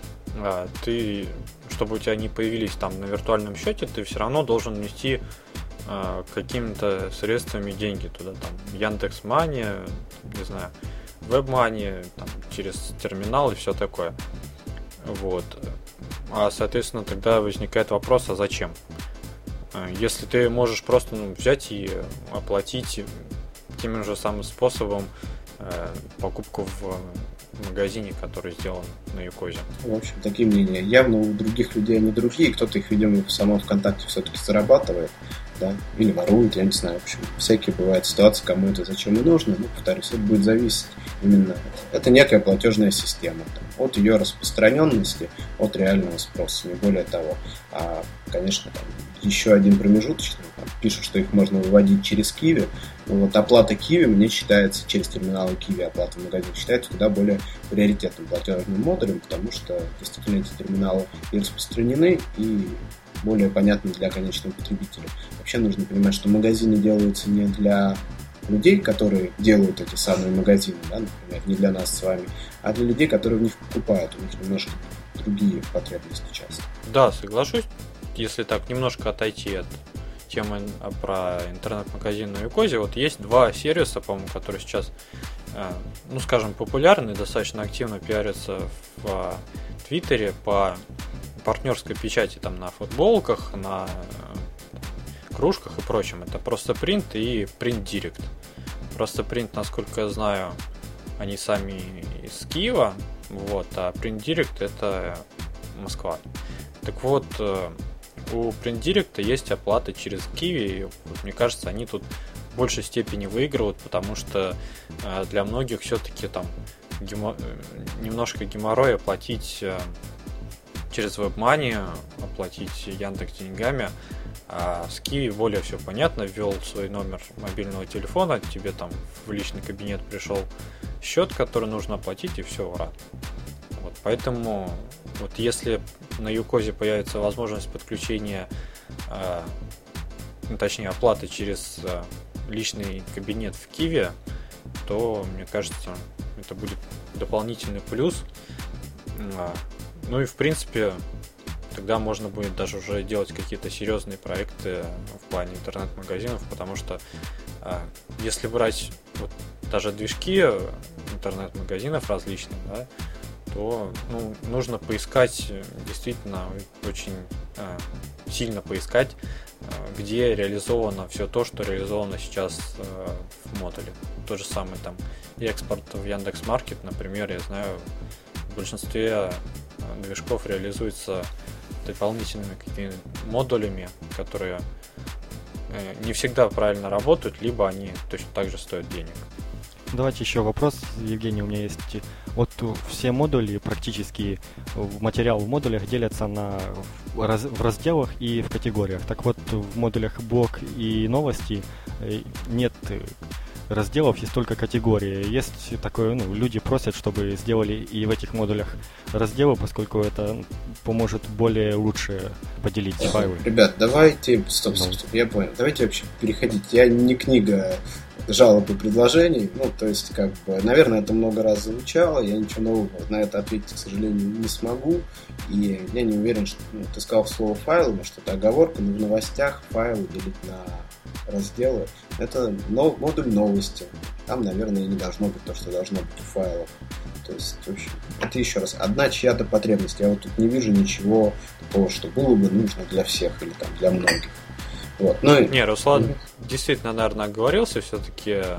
ты, чтобы у тебя не появились там на виртуальном счете, ты все равно должен внести какими-то средствами деньги туда, там, Яндекс.Мани, не знаю, WebMoney, там, через терминал и все такое. Вот. А, соответственно, тогда возникает вопрос, а зачем? Если ты можешь просто ну, взять и оплатить тем же самым способом э, покупку в магазине, который сделан на Юкозе. В общем, такие мнения. Явно у других людей они другие, кто-то их, видимо, в самом ВКонтакте все-таки зарабатывает, да, или ворует, я не знаю, в общем, всякие бывают ситуации, кому это зачем и нужно, но, повторюсь, это будет зависеть именно, это некая платежная система, там, от ее распространенности, от реального спроса, не более того. А, конечно, там, еще один промежуточный, там, пишут, что их можно выводить через Киви, но вот оплата Киви мне считается, через терминалы Киви оплата в магазине считается куда более приоритетным платежным модулем, потому что действительно эти терминалы и распространены, и более понятно для конечного потребителя. Вообще нужно понимать, что магазины делаются не для людей, которые делают эти самые магазины, да, например, не для нас с вами, а для людей, которые в них покупают. У них немножко другие потребности часто. Да, соглашусь. Если так немножко отойти от темы про интернет-магазин на Юкозе, вот есть два сервиса, по-моему, которые сейчас, ну, скажем, популярны, достаточно активно пиарятся в Твиттере по партнерской печати там на футболках, на кружках и прочем. Это просто принт и принт директ. Просто принт, насколько я знаю, они сами из Киева, вот, а принт директ это Москва. Так вот, у принт директа есть оплата через Киви, и, вот, мне кажется, они тут в большей степени выигрывают, потому что для многих все-таки там гемо... немножко геморрой оплатить через WebMoney, оплатить Яндекс деньгами, а с Киви более все понятно, ввел свой номер мобильного телефона, тебе там в личный кабинет пришел счет, который нужно оплатить, и все, ура. Вот, поэтому вот если на Юкозе появится возможность подключения, э, точнее оплаты через э, личный кабинет в Киви, то, мне кажется, это будет дополнительный плюс. Ну и в принципе тогда можно будет даже уже делать какие-то серьезные проекты в плане интернет-магазинов, потому что если брать вот даже движки интернет-магазинов различных, да, то ну, нужно поискать, действительно очень э, сильно поискать, э, где реализовано все то, что реализовано сейчас э, в модуле. То же самое там экспорт в Яндекс.Маркет, например, я знаю, в большинстве движков реализуется дополнительными какими-то модулями, которые э, не всегда правильно работают, либо они точно так же стоят денег. Давайте еще вопрос, Евгений, у меня есть. Вот все модули, практически материал в модулях делятся на, в, раз, в разделах и в категориях. Так вот, в модулях блог и новости нет разделов, есть только категории. Есть такое, ну, люди просят, чтобы сделали и в этих модулях разделы, поскольку это поможет более лучше поделить файлы. Ребят, давайте, стоп, стоп, стоп, я понял. Давайте вообще переходить. Я не книга жалоб и предложений, ну, то есть, как бы, наверное, это много раз звучало, я ничего нового на это ответить, к сожалению, не смогу, и я не уверен, что, ну, ты сказал слово файл, может, это оговорка, но в новостях файлы делить на разделы, это нов, модуль новости, там, наверное, не должно быть то, что должно быть у файлов, то есть, в общем, это еще раз, одна чья-то потребность, я вот тут не вижу ничего такого, что было бы нужно для всех или там для многих. Вот. Ну, не, Руслан mm-hmm. действительно, наверное, оговорился, все-таки э,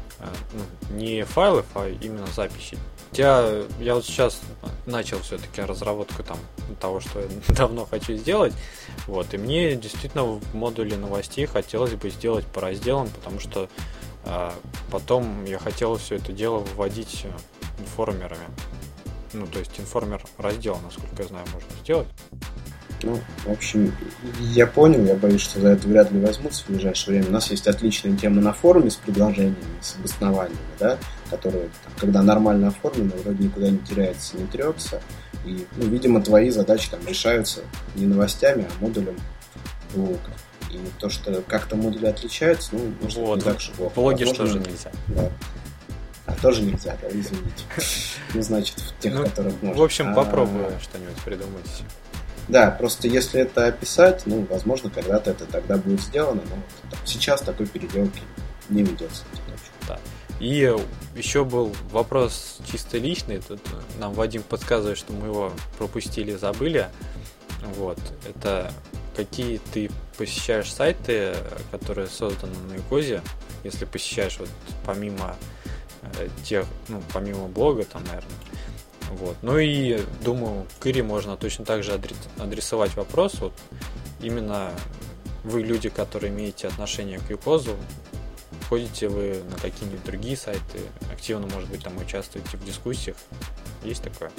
ну, не файлов, а именно записи. Я, я вот сейчас начал все-таки разработку там того, что я давно хочу сделать. Вот, и мне действительно в модуле новостей хотелось бы сделать по разделам, потому что э, потом я хотел все это дело выводить информерами. Ну, то есть информер раздел, насколько я знаю, можно сделать. Ну, в общем, я понял, я боюсь, что за это вряд ли возьмутся в ближайшее время. У нас есть отличная тема на форуме с предложениями, с обоснованиями, да, которые, когда нормально оформлены, вроде никуда не теряется, не трется. И, ну, видимо, твои задачи там решаются не новостями, а модулем блога. И то, что как-то модули отличаются, ну, может, вот, не так же плохо. Блоги что же нельзя. Да. А тоже нельзя, да, извините. Ну, значит, в тех, ну, которых можно. В общем, попробую что-нибудь придумать. Да, просто если это описать, ну, возможно, когда-то это тогда будет сделано, но там, сейчас такой переделки не ведется. Да. И еще был вопрос чисто личный. Тут нам Вадим подсказывает, что мы его пропустили, забыли. Вот. Это какие ты посещаешь сайты, которые созданы на Юкозе, если посещаешь вот помимо тех, ну, помимо блога, там, наверное. Вот. Ну и, думаю, к Ире можно точно так же адресовать вопрос. Вот именно вы, люди, которые имеете отношение к Юкозу, ходите вы на какие-нибудь другие сайты, активно, может быть, там участвуете в дискуссиях. Есть такое?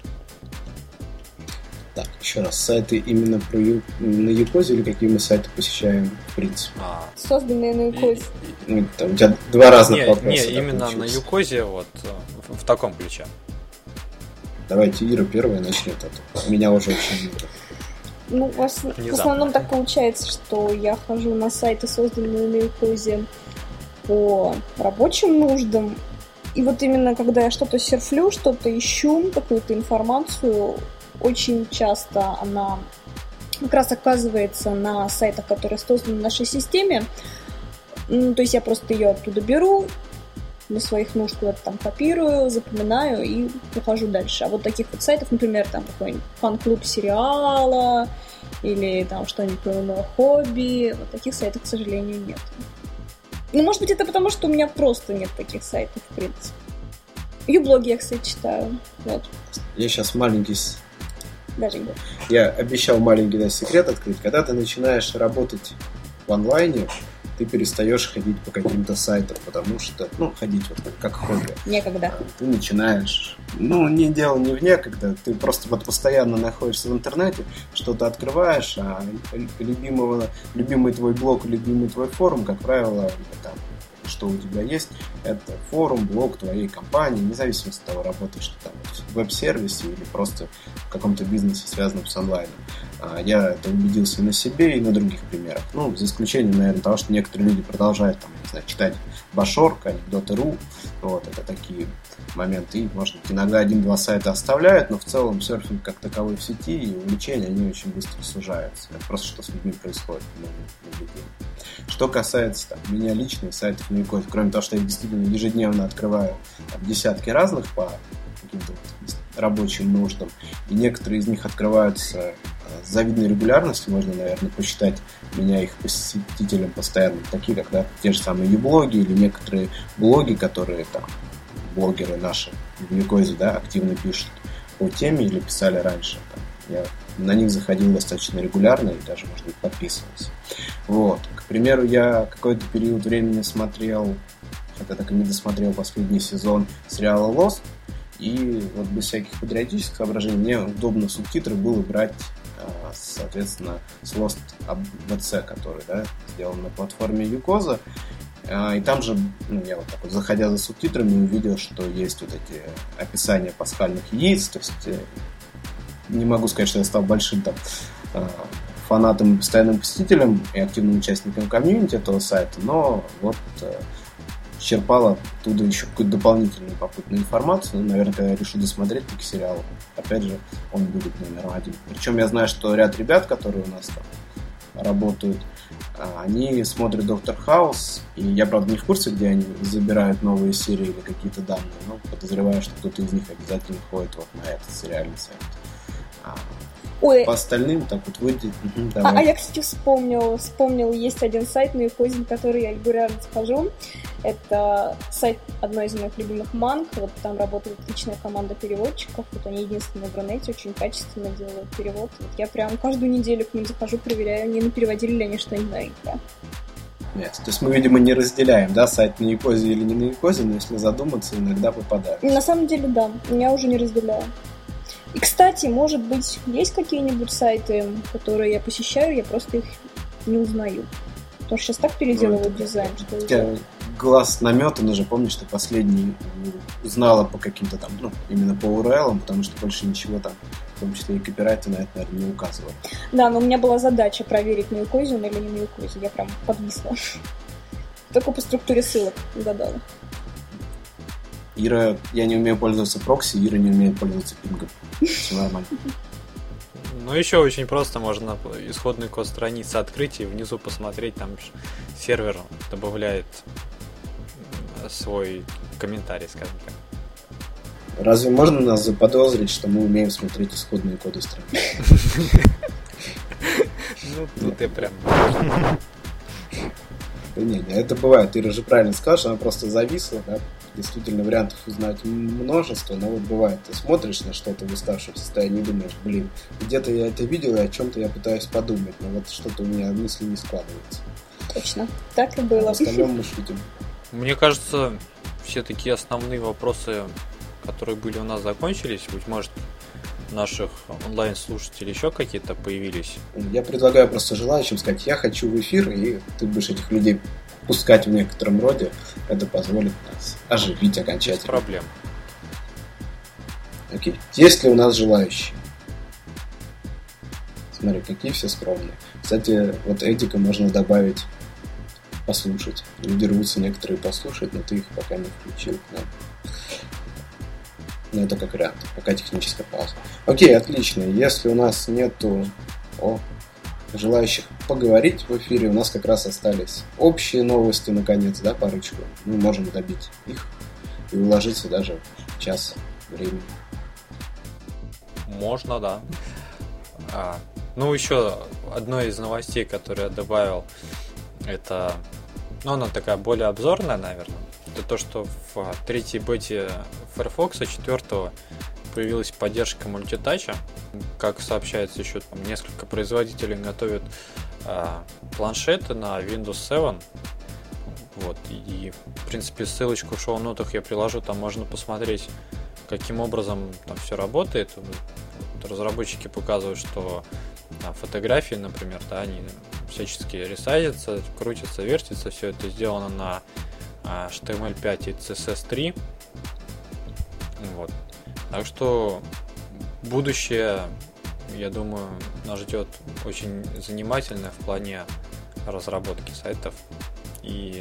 Так, еще раз, сайты именно про Ю... на Юкозе или какие мы сайты посещаем, в принципе? А. Созданные на Юкозе. Ну, там у тебя два разных не, вопроса. Не, именно получилось. На Юкозе, вот, в, в таком ключе. Давайте Ира первая начнет, а меня уже очень много. Ну, в, ос- в основном так получается, что я хожу на сайты, созданные на Юкозе, по рабочим нуждам. И вот именно когда я что-то серфлю, что-то ищу, какую-то информацию, очень часто она как раз оказывается на сайтах, которые созданы в нашей системе. Ну, то есть я просто ее оттуда беру, для своих нужд куда-то там копирую, запоминаю и ухожу дальше. А вот таких вот сайтов, например, там какой-нибудь фан-клуб сериала или там что-нибудь про мое хобби, вот таких сайтов, к сожалению, нет. Ну, может быть, это потому, что у меня просто нет таких сайтов, в принципе. Юблоги я, кстати, читаю. Вот. Я сейчас маленький... Даже не Я обещал маленький, да, секрет открыть. Когда ты начинаешь работать в онлайне, ты перестаешь ходить по каким-то сайтам, потому что, ну, ходить вот как, как хобби. Некогда. Ты начинаешь, ну, не дело не в некогда, ты просто вот постоянно находишься в интернете, что-то открываешь, а любимого, любимый твой блог, любимый твой форум, как правило, там, что у тебя есть. Это форум, блог твоей компании, независимо от того, работаешь ты там в веб-сервисе или просто в каком-то бизнесе, связанном с онлайном. Я это убедился и на себе, и на других примерах. Ну, за исключением, наверное, того, что некоторые люди продолжают там, не знаю, читать Башорк, анекдоты точка ру. Вот, это такие моменты. И, может быть, иногда один-два сайта оставляют, но в целом серфинг как таковой в сети и увлечения, они очень быстро сужаются. Это просто что с людьми происходит. Что касается там, меня лично, сайтов на Юкозе, кроме того, что я действительно ежедневно открываю там, десятки разных по каким-то рабочим нуждам, и некоторые из них открываются с завидной регулярностью, можно, наверное, посчитать меня их посетителем постоянно, такие как да, те же самые юблоги или некоторые блоги, которые там блогеры наши в Юкозе, да, активно пишут по теме или писали раньше. Там, я на них заходил достаточно регулярно и даже, может быть, подписывался. Вот. К примеру, я какой-то период времени смотрел, хотя так и не досмотрел последний сезон сериала Lost, и вот без всяких патриотических соображений мне удобно субтитры было брать, соответственно, с Lost би си, который, да, сделан на платформе Юкоза. И там же, ну, я вот так вот, заходя за субтитрами, увидел, что есть вот эти описания пасхальных яиц, то есть не могу сказать, что я стал большим там фанатом и постоянным посетителем и активным участником комьюнити этого сайта, но вот черпал оттуда еще какую-то дополнительную попутную информацию. Ну, наверное, когда я решу досмотреть таки сериал, опять же, он будет номером один. Причем я знаю, что ряд ребят, которые у нас там работают, они смотрят Доктор Хаус, и я, правда, не в курсе, где они забирают новые серии или какие-то данные, но подозреваю, что кто-то из них обязательно ходит вот на этот сериальный сайт. Ой. По остальным так вот выйдет. Угу, а, а я, кстати, вспомнил, вспомнил, есть один сайт на Юкозе, на который я регулярно схожу. Это сайт одной из моих любимых манг. Вот там работает отличная команда переводчиков. Вот они единственные в Рунете, очень качественно делают перевод. Вот я прям каждую неделю к ним захожу, проверяю, не напереводили ли они что-нибудь новенькое. Нет, то есть мы, видимо, не разделяем, да, сайт на Юкозе или не на Юкозе, но если задуматься, иногда попадают. На самом деле, да, я уже не разделяю. И, кстати, может быть, есть какие-нибудь сайты, которые я посещаю, я просто их не узнаю. Потому что сейчас так переделывают ну, дизайн, что... У тебя глаз наметан уже, помнишь, ты последний узнала по каким-то там, ну, именно по ю ар эл, потому что больше ничего там, в том числе и копирайты на это, наверное, не указывают. Да, но у меня была задача проверить, на Юкозе он или не на Юкозе. Я прям подвисла. Только по структуре ссылок угадала. Ира, я не умею пользоваться прокси, Ира не умеет пользоваться пингом. Все нормально. Ну, еще очень просто можно исходный код страницы открыть и внизу посмотреть, там сервер добавляет свой комментарий, скажем так. Разве можно нас заподозрить, что мы умеем смотреть исходные коды страницы? Ну, тут я прям... Не, не, это бывает. Ира же правильно сказала, что она просто зависла, да? Действительно, вариантов узнать множество, но вот бывает, ты смотришь на что-то в уставшем состоянии и думаешь, блин, где-то я это видел, и о чем-то я пытаюсь подумать, но вот что-то у меня мысли не складывается. Точно, так и было. А в остальном мы шутим. Мне кажется, все такие основные вопросы, которые были у нас, закончились. Быть может, наших онлайн-слушателей еще какие-то появились. Я предлагаю просто желающим сказать, я хочу в эфир, и ты будешь этих людей пускать в некотором роде, это позволит нас оживить окончательно. Без проблем. Окей. Есть ли у нас желающие? Смотри, какие все скромные. Кстати, вот Эдика можно добавить послушать. Люди рвутся некоторые послушать, но ты их пока не включил к нам. Ну, это как вариант. Пока техническая пауза. Окей, отлично. Если у нас нету... О, желающих поговорить в эфире, у нас как раз остались общие новости, наконец, да, парочку. Мы можем добить их и уложиться даже в час времени. Можно, да. А, ну, еще одной из новостей, которую я добавил, это, ну, она такая более обзорная, наверное. Это то, что в третьей бете Firefox четвертого появилась поддержка мультитача. Как сообщается, еще там несколько производителей готовят а, планшеты на Windows семь. Вот, и, в принципе, ссылочку в шоу-нотах я приложу, там можно посмотреть, каким образом там все работает. Вот, разработчики показывают, что там, фотографии, например, да, они всячески ресайзятся, крутятся, вертятся, все это сделано на эйч ти эм эль пять и си эс эс три. Вот. Так что будущее, я думаю, нас ждет очень занимательное в плане разработки сайтов. И,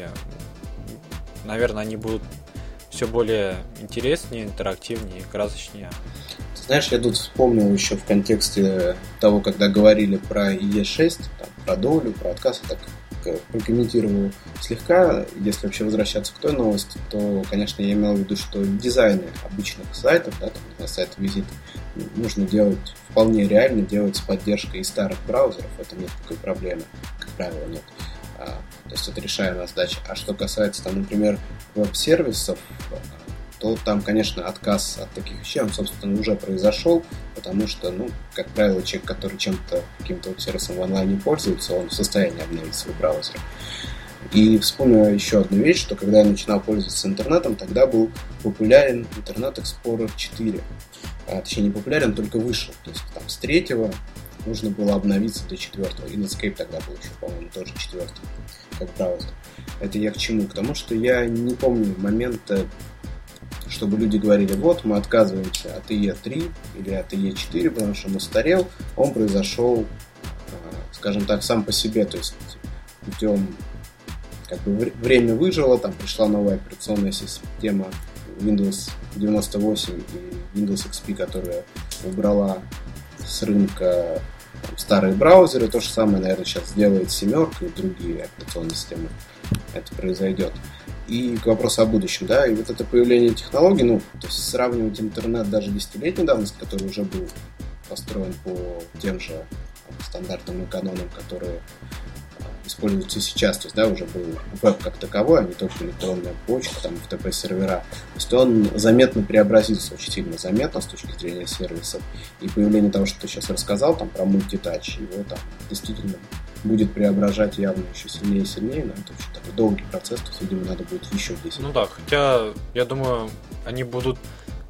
наверное, они будут все более интереснее, интерактивнее, красочнее. Знаешь, я тут вспомнил еще в контексте того, когда говорили про и и шесть, там, про долю, про отказ, я так прокомментировал слегка. Если вообще возвращаться к той новости, то, конечно, я имел в виду, что дизайны обычных сайтов, да, там, на сайт визит, нужно делать вполне реально, делать с поддержкой и старых браузеров. Это нет такой проблемы, как правило, нет. А, то есть это решаемая задача. А что касается, там, например, веб-сервисов, то там, конечно, отказ от таких вещей, он, собственно, уже произошел, потому что, ну, как правило, человек, который чем-то, каким-то веб-сервисом в онлайне пользуется, он в состоянии обновить свой браузер. И вспомнил еще одну вещь, что когда я начинал пользоваться интернетом, тогда был популярен Internet Explorer четыре. А, точнее, не популярен, только вышел. То есть там с третьего нужно было обновиться до четвертого. И Netscape тогда был еще, по-моему, тоже четвертый, как браузер. Это я к чему? К тому, что я не помню момента, чтобы люди говорили, вот, мы отказываемся от и и три или от и и четыре, потому что он устарел, он произошел, скажем так, сам по себе, то есть путем, как бы, время выжило, там пришла новая операционная система Windows девяносто восемь и Windows икс пи, которая убрала с рынка там старые браузеры, то же самое, наверное, сейчас сделает семерка и другие операционные системы, это произойдет. И к вопросу о будущем, да, и вот это появление технологий, ну, то есть сравнивать интернет даже десятилетней давности, который уже был построен по тем же стандартам и канонам, которые используются сейчас, то есть, да, уже был веб как таковой, а не только электронная почта, там, эф ти пи-сервера, то есть он заметно преобразился, очень сильно заметно с точки зрения сервисов, и появление того, что ты сейчас рассказал, там, про мультитач, его там действительно будет преображать явно еще сильнее и сильнее, но это очень такой долгий процесс, то есть, видимо, надо будет еще десять. Ну да, хотя, я думаю, они будут,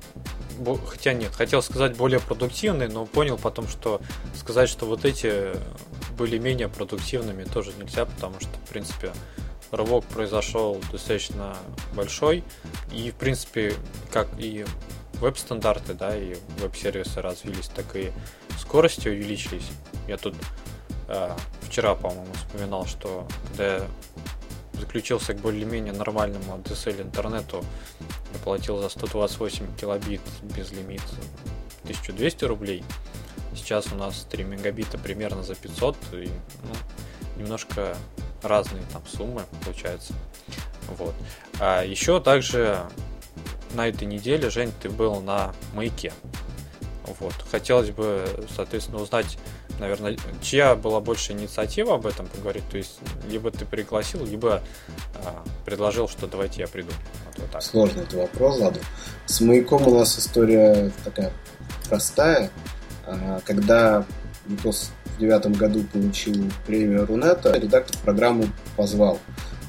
хотя нет, хотел сказать более продуктивные, но понял потом, что сказать, что вот эти были менее продуктивными, тоже нельзя, потому что, в принципе, рывок произошел достаточно большой, и, в принципе, как и веб-стандарты, да, и веб-сервисы развились, так и скорости увеличились. Я тут э, вчера, по-моему, вспоминал, что когда я заключился к более-менее нормальному ди эс эл интернету, я платил за сто двадцать восемь килобит без лимита тысяча двести рублей. Сейчас у нас три мегабита примерно за пятьсот, и, ну, немножко разные там суммы получаются. Вот. А еще также на этой неделе, Жень, ты был на Маяке. Вот. Хотелось бы, соответственно, узнать, наверное, чья была больше инициатива об этом поговорить. То есть, либо ты пригласил, либо а, предложил, что давайте я приду. Вот, вот так. Сложный это вопрос задал. С Маяком у нас история такая простая. Когда Викос в девятом году получил премию Рунета, редактор программы позвал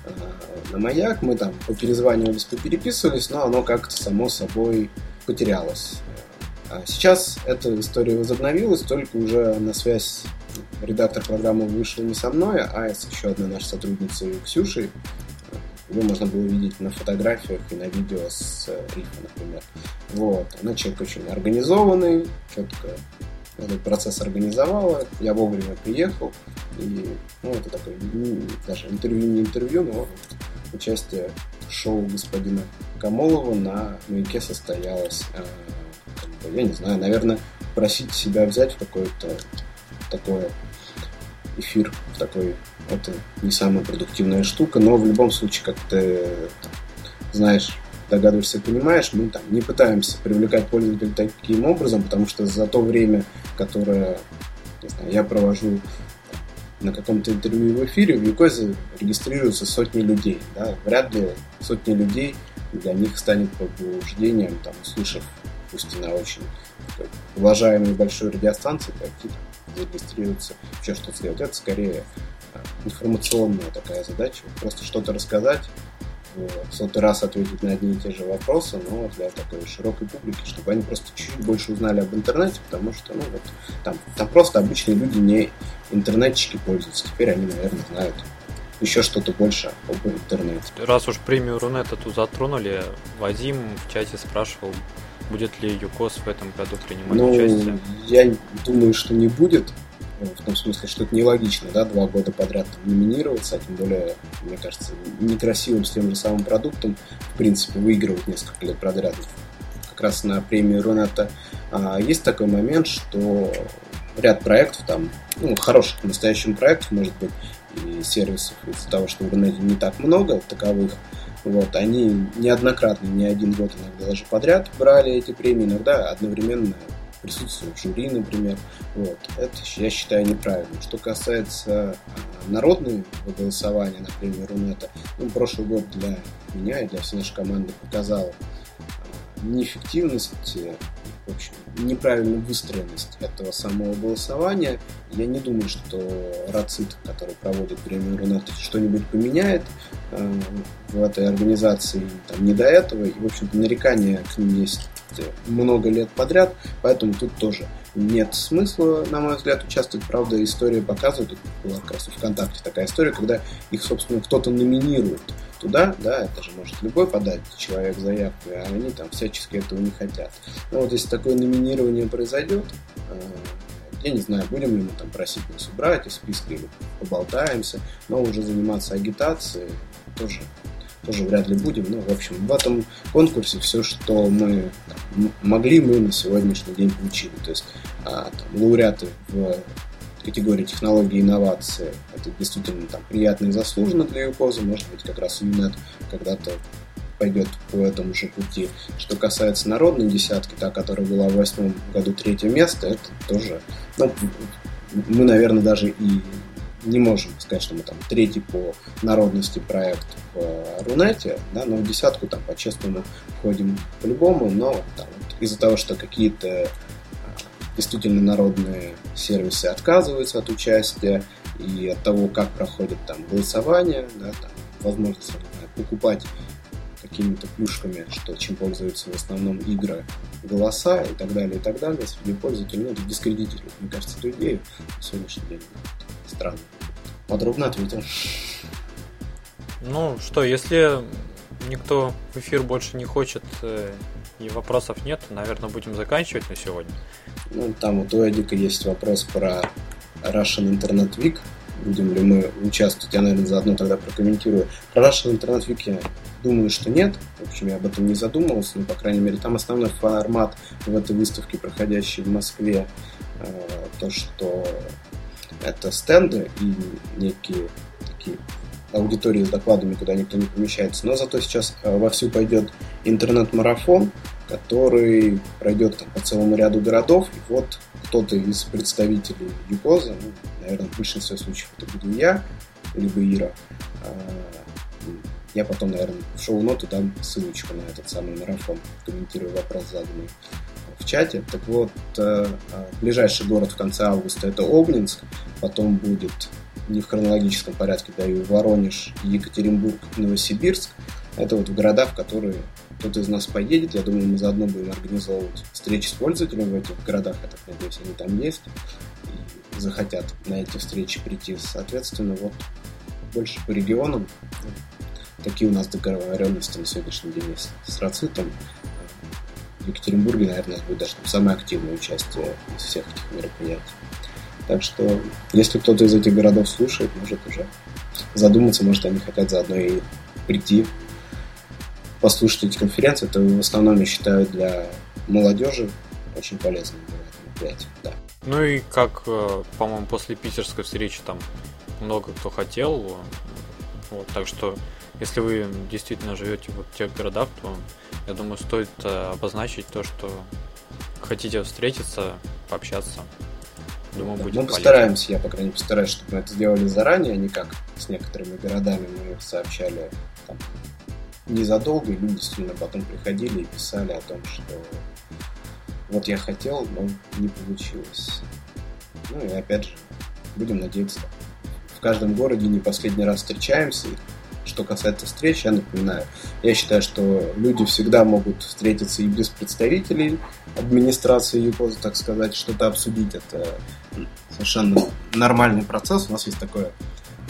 на Маяк. Мы там поперезванивались, попереписывались, но оно как-то само собой потерялось. Сейчас эта история возобновилась, только уже на связь редактор программы вышел не со мной, а с еще одной нашей сотрудницей Ксюшей. Ее можно было видеть на фотографиях и на видео с Рифа, например. Вот. Она человек очень организованный, четко этот процесс организовала. Я вовремя приехал. И, ну, это такое, даже интервью не интервью, но участие в шоу господина Камолова на Маяке состоялось. Я не знаю, наверное, просить себя взять в какой-то такой эфир, в такой, это не самая продуктивная штука, но в любом случае, как ты там, знаешь, догадываешься, понимаешь, мы там не пытаемся привлекать пользователей таким образом, потому что за то время, которое, не знаю, я провожу на каком-то интервью в эфире, в Викозе регистрируются сотни людей, да, вряд ли сотни людей для них станет побуждением, там, услышав, пусть и на очень такой уважаемой большой радиостанции, пойти зарегистрироваться, вообще что-то сделать. Это скорее информационная такая задача, просто что-то рассказать, в сотый раз ответить на одни и те же вопросы, но для такой широкой публики, чтобы они просто чуть-чуть больше узнали об интернете, потому что, ну, вот, там, там просто обычные люди, не интернетчики, пользуются. Теперь они, наверное, знают еще что-то больше об интернете. Раз уж премию Рунета тут затронули, Вадим в чате спрашивал, будет ли ЮКОС в этом году принимать ну, участие. Я думаю, что не будет. В том смысле, что это нелогично, да, два года подряд там номинироваться, а тем более, мне кажется, некрасивым с тем же самым продуктом, в принципе, выигрывать несколько лет подряд. Как раз на премию Рунета а, есть такой момент, что ряд проектов там, ну, хороших настоящих проектов, может быть, и сервисов, из-за того, что в Рунете не так много таковых, вот, они неоднократно, не один год, иногда даже подряд брали эти премии, иногда одновременно присутствует в жюри, например. Вот. Это, я считаю, неправильным. Что касается а, народного голосования на премию Рунета, ну, прошлый год для меня и для всей нашей команды показал а, неэффективность, в общем, неправильную выстроенность этого самого голосования. Я не думаю, что РАЦИТ, который проводит премию Рунета, что-нибудь поменяет э, в этой организации. Там, не до этого. И, в общем-то, нарекания к ним есть много лет подряд, поэтому тут тоже нет смысла, на мой взгляд, участвовать. Правда, история показывает, тут была как раз в ВКонтакте такая история, когда их, собственно, кто-то номинирует туда, да, это же может любой подать человек заявку, а они там всячески этого не хотят. Но вот если такое номинирование произойдет, я не знаю, будем ли мы там просить нас убрать из списка или поболтаемся, но уже заниматься агитацией тоже тоже вряд ли будем. Ну, в общем, в этом конкурсе все, что мы там, могли, мы на сегодняшний день получили. То есть а, там, лауреаты в категории технологии и инновации, это действительно там, приятно и заслуженно для ЮКОЗа. Может быть, как раз ЮНЕТ когда-то пойдет по этому же пути. Что касается народной десятки, та, которая была в восьмом году третье место, это тоже, ну, мы, наверное, даже и не можем сказать, что мы там третий по народности проект в Рунете, да, но в десятку там по-честному входим по-любому, но там, вот, из-за того, что какие-то действительно народные сервисы отказываются от участия и от того, как проходит там голосование, да, там, возможность покупать какими-то плюшками, что чем пользуются в основном игры, голоса и так далее, и так далее, среди пользователей, ну, это дискредитирует, мне кажется, эту идею на сегодняшний день. Странно. Подробно ответил. Ну что, если никто в эфир больше не хочет и вопросов нет, наверное, будем заканчивать на сегодня. Ну, там вот у Эдика есть вопрос про Russian Internet Week. Будем ли мы участвовать? Я, наверное, заодно тогда прокомментирую. Про Russian Internet Week я думаю, что нет. В общем, я об этом не задумывался. Но, по крайней мере, там основной формат в этой выставке, проходящей в Москве, то, что это стенды и некие такие аудитории с докладами, куда никто не помещается. Но зато сейчас вовсю пойдет интернет-марафон, который пройдет там по целому ряду городов. И вот кто-то из представителей ЮКОЗа, ну, наверное, в большинстве случаев это буду я, либо Ира. Я потом, наверное, в шоу-ноты дам ссылочку на этот самый марафон, комментирую вопрос, заданный в чате. Так вот, ближайший город в конце августа — это Обнинск, потом будет, не в хронологическом порядке, даю, Воронеж, Екатеринбург, Новосибирск. Это вот города, в которые кто-то из нас поедет. Я думаю, мы заодно будем организовывать встречи с пользователями в этих городах. Я так надеюсь, они там есть и захотят на эти встречи прийти. Соответственно, вот больше по регионам. Такие у нас договоренности на сегодняшний день есть с РАЦИТом. В Екатеринбурге, наверное, будет даже самое активное участие из всех этих мероприятий. Так что, если кто-то из этих городов слушает, может уже задуматься, может, они хотят заодно и прийти, послушать эти конференции. Это в основном, я считаю, для молодежи очень полезно мероприятие. Да. Ну и как, по-моему, после питерской встречи там много кто хотел. Вот, так что, если вы действительно живете вот в тех городах, то, я думаю, стоит обозначить то, что хотите встретиться, пообщаться. Думаю, да, будет мы полезно. постараемся, я, по крайней мере, постараюсь, чтобы мы это сделали заранее, а не как с некоторыми городами мы сообщали там, незадолго, и люди действительно потом приходили и писали о том, что вот я хотел, но не получилось. Ну и опять же, будем надеяться. В каждом городе не последний раз встречаемся. Что касается встреч, я напоминаю, я считаю, что люди всегда могут встретиться и без представителей администрации ЮКОЗа, так сказать, что-то обсудить. Это совершенно нормальный процесс. У нас есть такое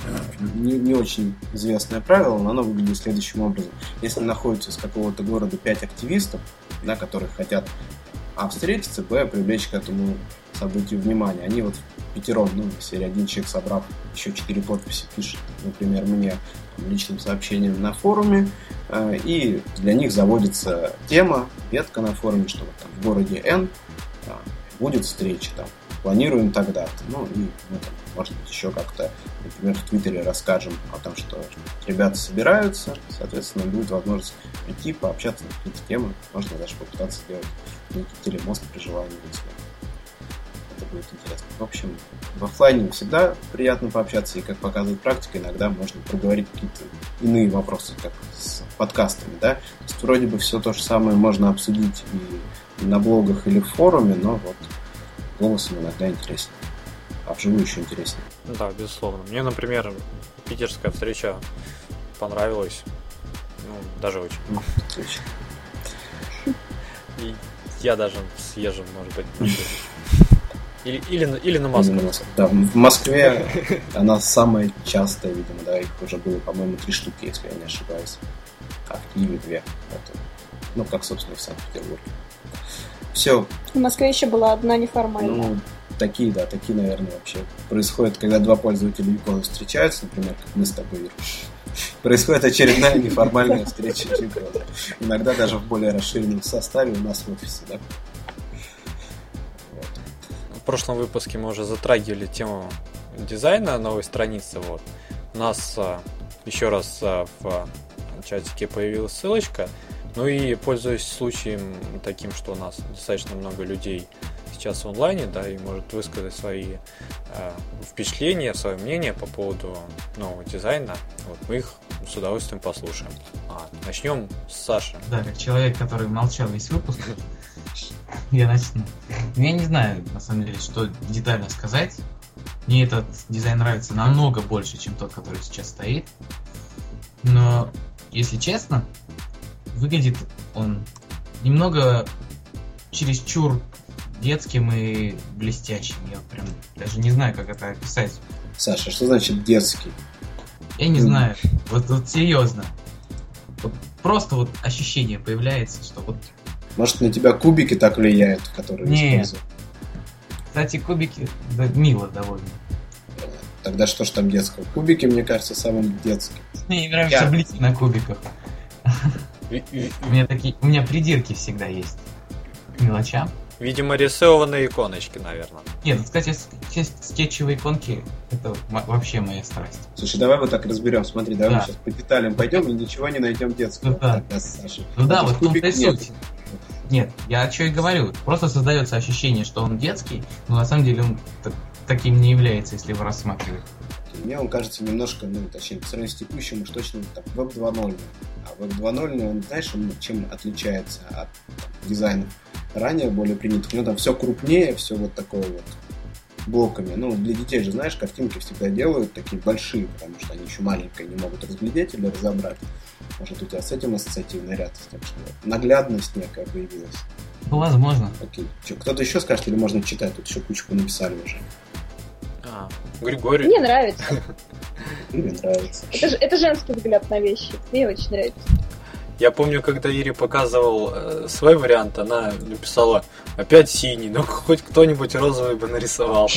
не, не очень известное правило, но оно выглядит следующим образом. Если находится из какого-то города пять активистов, да, которые хотят а встретиться, б, привлечь к этому событию внимание, они вот пятером, ну, если один человек, собрав еще четыре подписи, пишет, например, мне личным сообщением на форуме, э, и для них заводится тема, ветка на форуме, что вот там в городе Н э, будет встреча, там, планируем тогда-то. Ну, и мы там, может быть, еще как-то, например, в Твиттере расскажем о том, что ребята собираются, соответственно, будет возможность прийти, пообщаться на какие-то темы, можно даже попытаться сделать некий телемост при желании, если это будет интересно. В общем, в офлайне всегда приятно пообщаться, и, как показывает практика, иногда можно проговорить какие-то иные вопросы, как с подкастами, да. То есть вроде бы все то же самое можно обсудить и на блогах или в форуме, но вот голосом иногда интереснее, а вживую еще интереснее. Да, безусловно. Мне, например, питерская встреча понравилась, ну, даже очень. Ну, отлично. И я даже съезжу, может быть. Или, или, на, или на Москву. Да, в Москве она самая частая, видимо, да, их уже было, по-моему, три штуки, если я не ошибаюсь. А в Киеве две. Это, ну, как, собственно, в Санкт-Петербурге. Все. В Москве еще была одна неформальная. Ну, такие, да, такие, наверное, вообще происходят, когда два пользователя Юкона встречаются, например, как мы с тобой. Происходит очередная неформальная встреча Юкона. Иногда даже в более расширенном составе у нас в офисе, да. В прошлом выпуске мы уже затрагивали тему дизайна новой страницы. Вот. У нас а, еще раз а, в чатике появилась ссылочка. Ну и пользуясь случаем таким, что у нас достаточно много людей сейчас в онлайне, да, и может высказать свои э, впечатления, свое мнение по поводу нового дизайна, вот, мы их с удовольствием послушаем. А, начнем с Саши. Да, как человек, который молчал весь выпуск, я начну. Я не знаю, на самом деле, что детально сказать. Мне этот дизайн нравится намного больше, чем тот, который сейчас стоит. Но, если честно, выглядит он немного чересчур детским и блестящим. Я прям даже не знаю, как это описать. Саша, что значит детский? Я не знаю. Вот, вот серьезно. Вот просто вот ощущение появляется, что вот... Может, на тебя кубики так влияют, которые Нет. используют? Кстати, кубики, да, мило довольно. Тогда что ж там детского? Кубики, мне кажется, самым детским. Мне не нравятся Я... блики на кубиках. У меня такие, у меня придирки всегда есть к мелочам. Видимо, рисованные иконочки, наверное. Нет, кстати, скетчевые иконки это вообще моя страсть. Слушай, давай вот так разберем. Смотри, давай да. мы сейчас по деталям пойдем и ничего не найдем детского. Ну да, тогда, Саша. ну, да вот в том-то и нет. суть. Нет, я что и говорю. Просто создается ощущение, что он детский, но на самом деле он т- таким не является, если его рассматривать. Мне он кажется немножко, ну, точнее, по сравнению с текущим, уж точно так, веб два ноль. А веб два ноль, он, знаешь, он чем отличается от там, дизайнов ранее более принятых? Ну, там все крупнее, все вот такое вот блоками. Ну, для детей же, знаешь, картинки всегда делают такие большие, потому что они еще маленькие, не могут разглядеть или разобрать. Может, у тебя с этим ассоциативный ряд, так что наглядность некая появилась. Ну, возможно. Окей. Что, кто-то еще скажет, или можно читать? Тут еще кучку написали уже. А, Григорий. Мне нравится. Мне нравится. Это, же, это женский взгляд на вещи. Мне очень нравится. Я помню, когда Ире показывал э, свой вариант, она написала опять синий, но хоть кто-нибудь розовый бы нарисовал.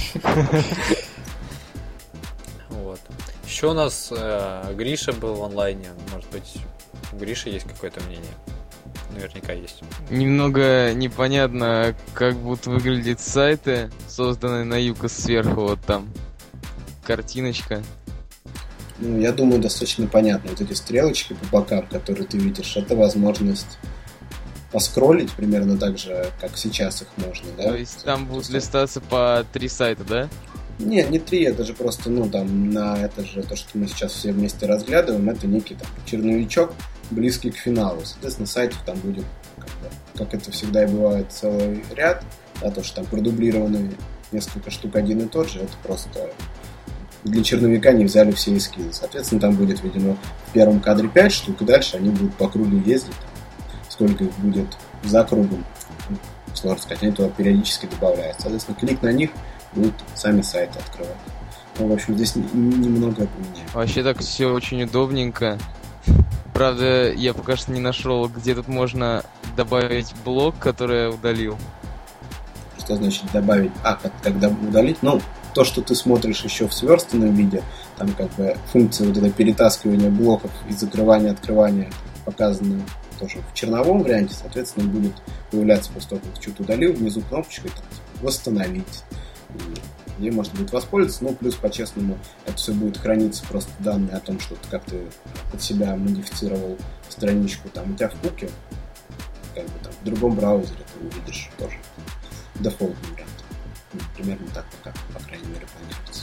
Вот. Еще у нас э, Гриша был в онлайне. Может быть, у Гриши есть какое-то мнение? Наверняка есть. Немного непонятно, как будут выглядеть сайты, созданные на Юкос сверху, вот там картиночка. Ну, я думаю, достаточно понятно. Вот эти стрелочки по бокам, которые ты видишь, это возможность поскроллить примерно так же, как сейчас их можно, да? То есть там будут листаться по три сайта, да? Нет, не три, это же просто, ну, там, на это же, то, что мы сейчас все вместе разглядываем, это некий там черновичок, близкий к финалу. Соответственно, сайтов там будет, как, бы, как это всегда и бывает, целый ряд, да, то, что там продублированы несколько штук один и тот же, это просто для черновика не взяли все эскизы. Соответственно, там будет, видимо, в первом кадре пять штук, и дальше они будут по кругу ездить, сколько их будет за кругом, сложно сказать, они туда периодически добавляются. Соответственно, клик на них будут сами сайты открывать. Ну, в общем, здесь немного поменяем. Вообще так все очень удобненько. Правда, я пока что не нашел, где тут можно добавить блок, который я удалил. Что значит добавить? А, как, когда удалить? Ну, то, что ты смотришь еще в сверстанном виде, там как бы функция вот это перетаскивания блоков и закрывания, открывания показана тоже в черновом варианте, соответственно, будет появляться после того, как ты что-то удалил, внизу кнопочкой там, восстановить. И ей можно будет воспользоваться, но плюс по-честному это все будет храниться просто данные о том, что ты как ты под себя модифицировал страничку там у тебя в куке, как бы там в другом браузере ты увидишь тоже дефолтный вариант. Ну, примерно так пока, по крайней мере, планируется.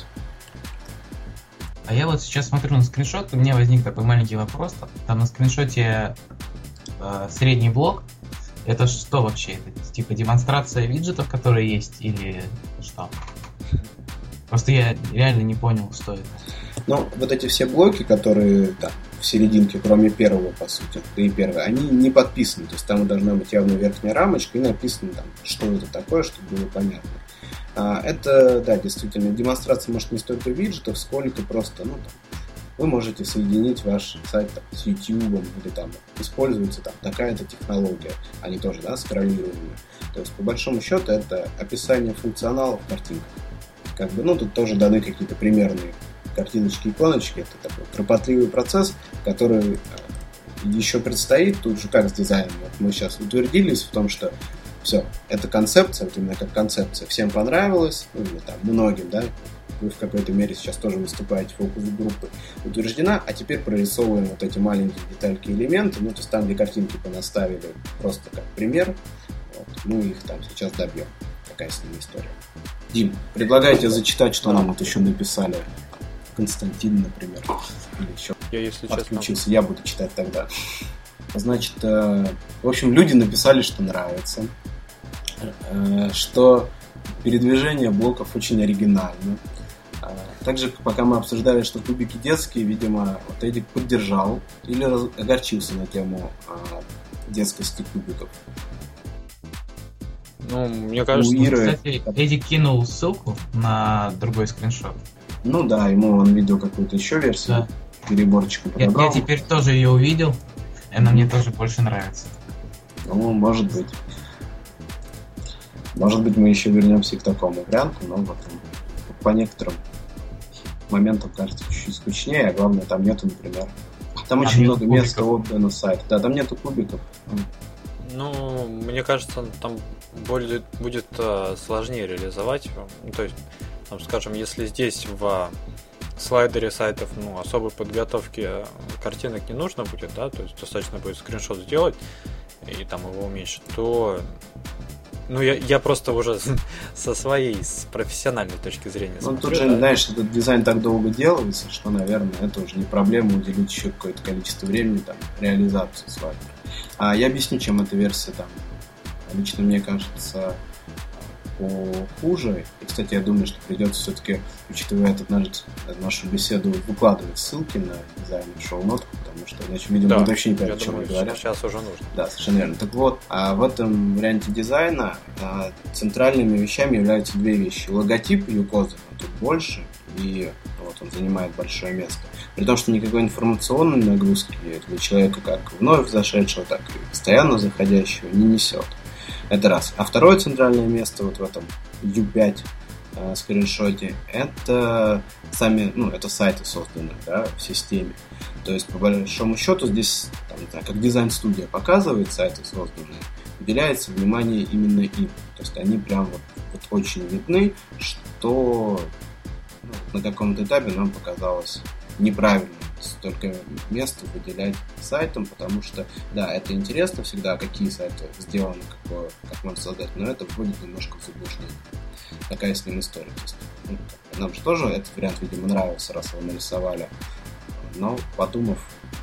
А я вот сейчас смотрю на скриншот, у меня возник такой маленький вопрос. Там на скриншоте э, средний блок. Это что вообще? Это типа демонстрация виджетов, которые есть, или что? Просто я реально не понял, что это. Ну, вот эти все блоки, которые там в серединке, кроме первого, по сути, и первого, они не подписаны. То есть там должна быть явно верхняя рамочка и написано там, что это такое, чтобы было понятно. А, это, да, действительно, демонстрация может не столько виджетов, сколько просто, ну, там, вы можете соединить ваш сайт там, с YouTube, или там используется там такая-то технология, они тоже, да, скроллируемые. То есть, по большому счету, это описание функционала в картинках. Как бы, ну, тут тоже даны какие-то примерные картиночки, иконочки. Это такой кропотливый процесс, который еще предстоит. Тут же как с дизайном. Вот мы сейчас утвердились в том, что все, эта концепция, вот именно как концепция, всем понравилась, ну, или там многим, да, вы в какой-то мере сейчас тоже выступаете фокус-группы, утверждена, а теперь прорисовываем вот эти маленькие детальки, элементы, ну, то есть там, где картинки понаставили, просто как пример, вот, мы их там сейчас добьем. Такая с ними история. Дим, предлагайте зачитать, что нам вот еще написали. Константин, например, или еще Я, если подключился. честно... Я буду читать тогда. Значит, э, в общем, люди написали, что нравится, э, что передвижение блоков очень оригинально. Э, также, пока мы обсуждали, что кубики детские, видимо, вот Эдик поддержал или раз... огорчился на тему э, детскости кубиков. Ну, мне кажется... У Иры... Кстати, Эдик кинул ссылку на другой скриншот. Ну да, ему он видел какую-то еще версию, да. Переборчику я, подобрал. я теперь тоже ее увидел, и она мне тоже больше нравится. Ну, может быть. Может быть, мы еще вернемся к такому варианту, но вот по некоторым моментам кажется чуть-чуть скучнее, а главное, там нету, например... Там а очень много кубиков. места отдано сайту. Да, там нету кубиков. Ну, мне кажется, там будет, будет э, сложнее реализовать. Ну, то есть, там, скажем, если здесь в слайдере сайтов ну, особой подготовки картинок не нужно будет, да, то есть достаточно будет скриншот сделать и там его уменьшить, то ну я, я просто уже со своей, с профессиональной точки зрения ну, смотрю. Тут же, да. знаешь, этот дизайн так долго делается, что, наверное, это уже не проблема уделить еще какое-то количество времени там, реализации слайдера. А я объясню, чем эта версия там лично мне кажется хуже. И, кстати, я думаю, что придется все-таки, учитывая этот наш, нашу беседу, выкладывать ссылки на дизайн и шоу-нотку, потому что иначе, видимо, да, будет вообще не понятно, я о чем думаю, я говорю. Сейчас уже нужно. Да, совершенно верно. Так вот, а в этом варианте дизайна а, центральными вещами являются две вещи. Логотип Юкоза тут больше, и вот он занимает большое место. При том, что никакой информационной нагрузки для человека, как вновь зашедшего, так и постоянно заходящего, не несет. Это раз. А второе центральное место вот в этом ю пять э, скриншоте, это сами, ну, это сайты созданные, да, в системе. То есть, по большому счету, здесь, там, не знаю, как дизайн-студия показывает сайты созданные, уделяется внимание именно им. То есть, они прям вот, вот очень видны, что ну, на каком-то этапе нам показалось неправильно столько места выделять сайтам, потому что, да, это интересно всегда, какие сайты сделаны, какое, как можно создать, но это вводит немножко в заблуждение. Такая с ним история. То есть, ну, нам же тоже этот вариант, видимо, нравился, раз его нарисовали, но подумав,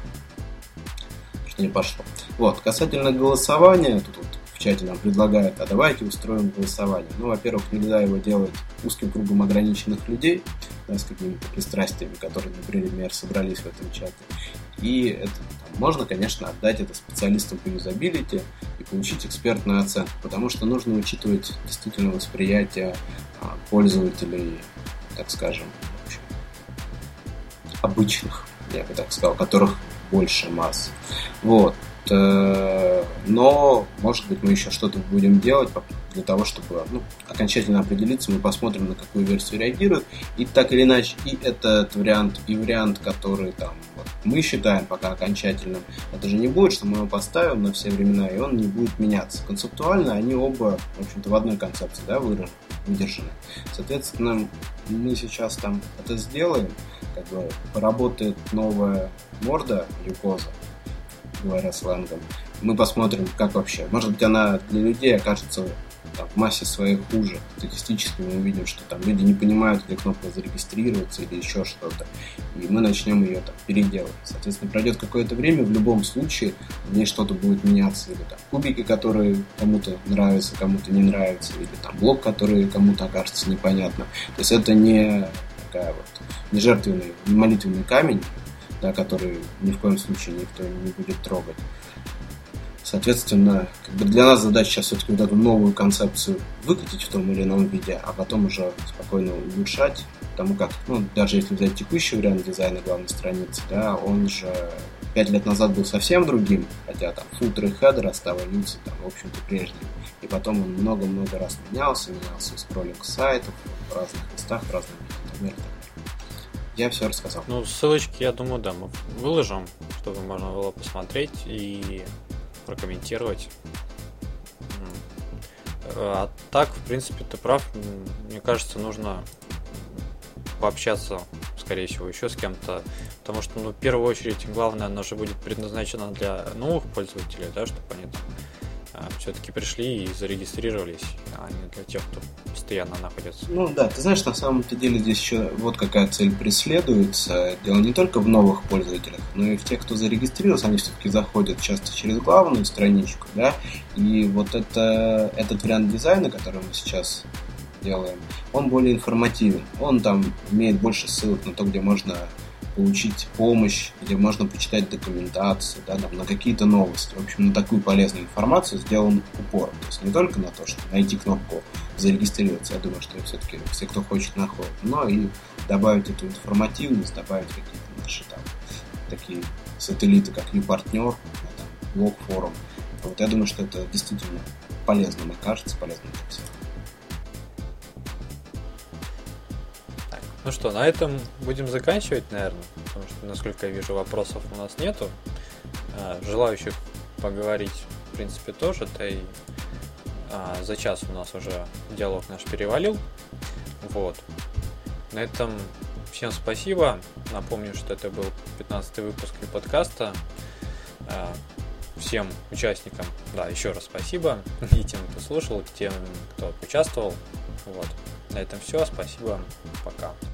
что не пошло. Вот, касательно голосования, тут вот в чате нам предлагают, а давайте устроим голосование. Ну, во-первых, нельзя его делать узким кругом ограниченных людей, да, с какими-то пристрастиями, которые, например, собрались в этом чате. И это, там, можно, конечно, отдать это специалистам по юзабилити и получить экспертную оценку, потому что нужно учитывать действительно восприятие а, пользователей, так скажем, в общем, обычных, я бы так сказал, которых больше масс. Вот. Но, может быть, мы еще что-то будем делать для того, чтобы ну, окончательно определиться, мы посмотрим, на какую версию реагирует. И так или иначе, и этот вариант, и вариант, который там вот, мы считаем пока окончательным, это же не будет, что мы его поставим на все времена, и он не будет меняться. Концептуально они оба, в общем-то, в одной концепции, да, выдержаны. Соответственно, мы сейчас там это сделаем, как бы поработает новая морда Юкоза, говоря сленгом. Мы посмотрим, как вообще. Может быть, она для людей окажется там, в массе своей хуже. Статистически мы увидим, что там люди не понимают, где кнопка зарегистрироваться или еще что-то. И мы начнем ее там переделывать. Соответственно, пройдет какое-то время, в любом случае в ней что-то будет меняться. Или там кубики, которые кому-то нравятся, кому-то не нравятся. Или там блок, который кому-то окажется непонятно. То есть это не такая вот не жертвенный, не молитвенный камень, да, который ни в коем случае никто не будет трогать. Соответственно, как бы для нас задача сейчас все-таки вот эту новую концепцию выкатить в том или ином виде, а потом уже спокойно улучшать. Потому как, ну, даже если взять текущий вариант дизайна главной страницы, да, он же пять лет назад был совсем другим, хотя там футеры и хедеры оставались там, в общем-то, прежним. И потом он много-много раз менялся, менялся скроллинг сайтов в разных местах, в разных местах. Я все рассказал. Ну, ссылочки, я думаю, да, мы выложим, чтобы можно было посмотреть и прокомментировать. А так, в принципе, ты прав. Мне кажется, нужно пообщаться, скорее всего, еще с кем-то. Потому что, ну, в первую очередь, главное, оно же будет предназначено для новых пользователей, да, чтобы они там все-таки пришли и зарегистрировались, а не для тех, кто постоянно находится. Ну да, ты знаешь, на самом-то деле здесь еще вот какая цель преследуется. Дело не только в новых пользователях, но и в тех, кто зарегистрировался, они все-таки заходят часто через главную страничку, да, и вот это, этот вариант дизайна, который мы сейчас делаем, он более информативен, он там имеет больше ссылок на то, где можно получить помощь, где можно почитать документацию, да, там, на какие-то новости. В общем, на такую полезную информацию сделан упор. То есть не только на то, что найти кнопку зарегистрироваться, я думаю, что все-таки все, кто хочет, находят, но и добавить эту информативность, добавить какие-то наши там такие сателлиты, как YouPartner, там, блог, форум. Вот я думаю, что это действительно полезно, мне кажется, полезно для всех. Ну что, на этом будем заканчивать, наверное, потому что, насколько я вижу, вопросов у нас нету. Желающих поговорить, в принципе, тоже, да и а, за час у нас уже диалог наш перевалил. Вот. На этом всем спасибо. Напомню, что это был пятнадцатый выпуск подкаста. Всем участникам, да, еще раз спасибо. И тем, кто слушал, и тем, кто участвовал. Вот. На этом все. Спасибо. Пока.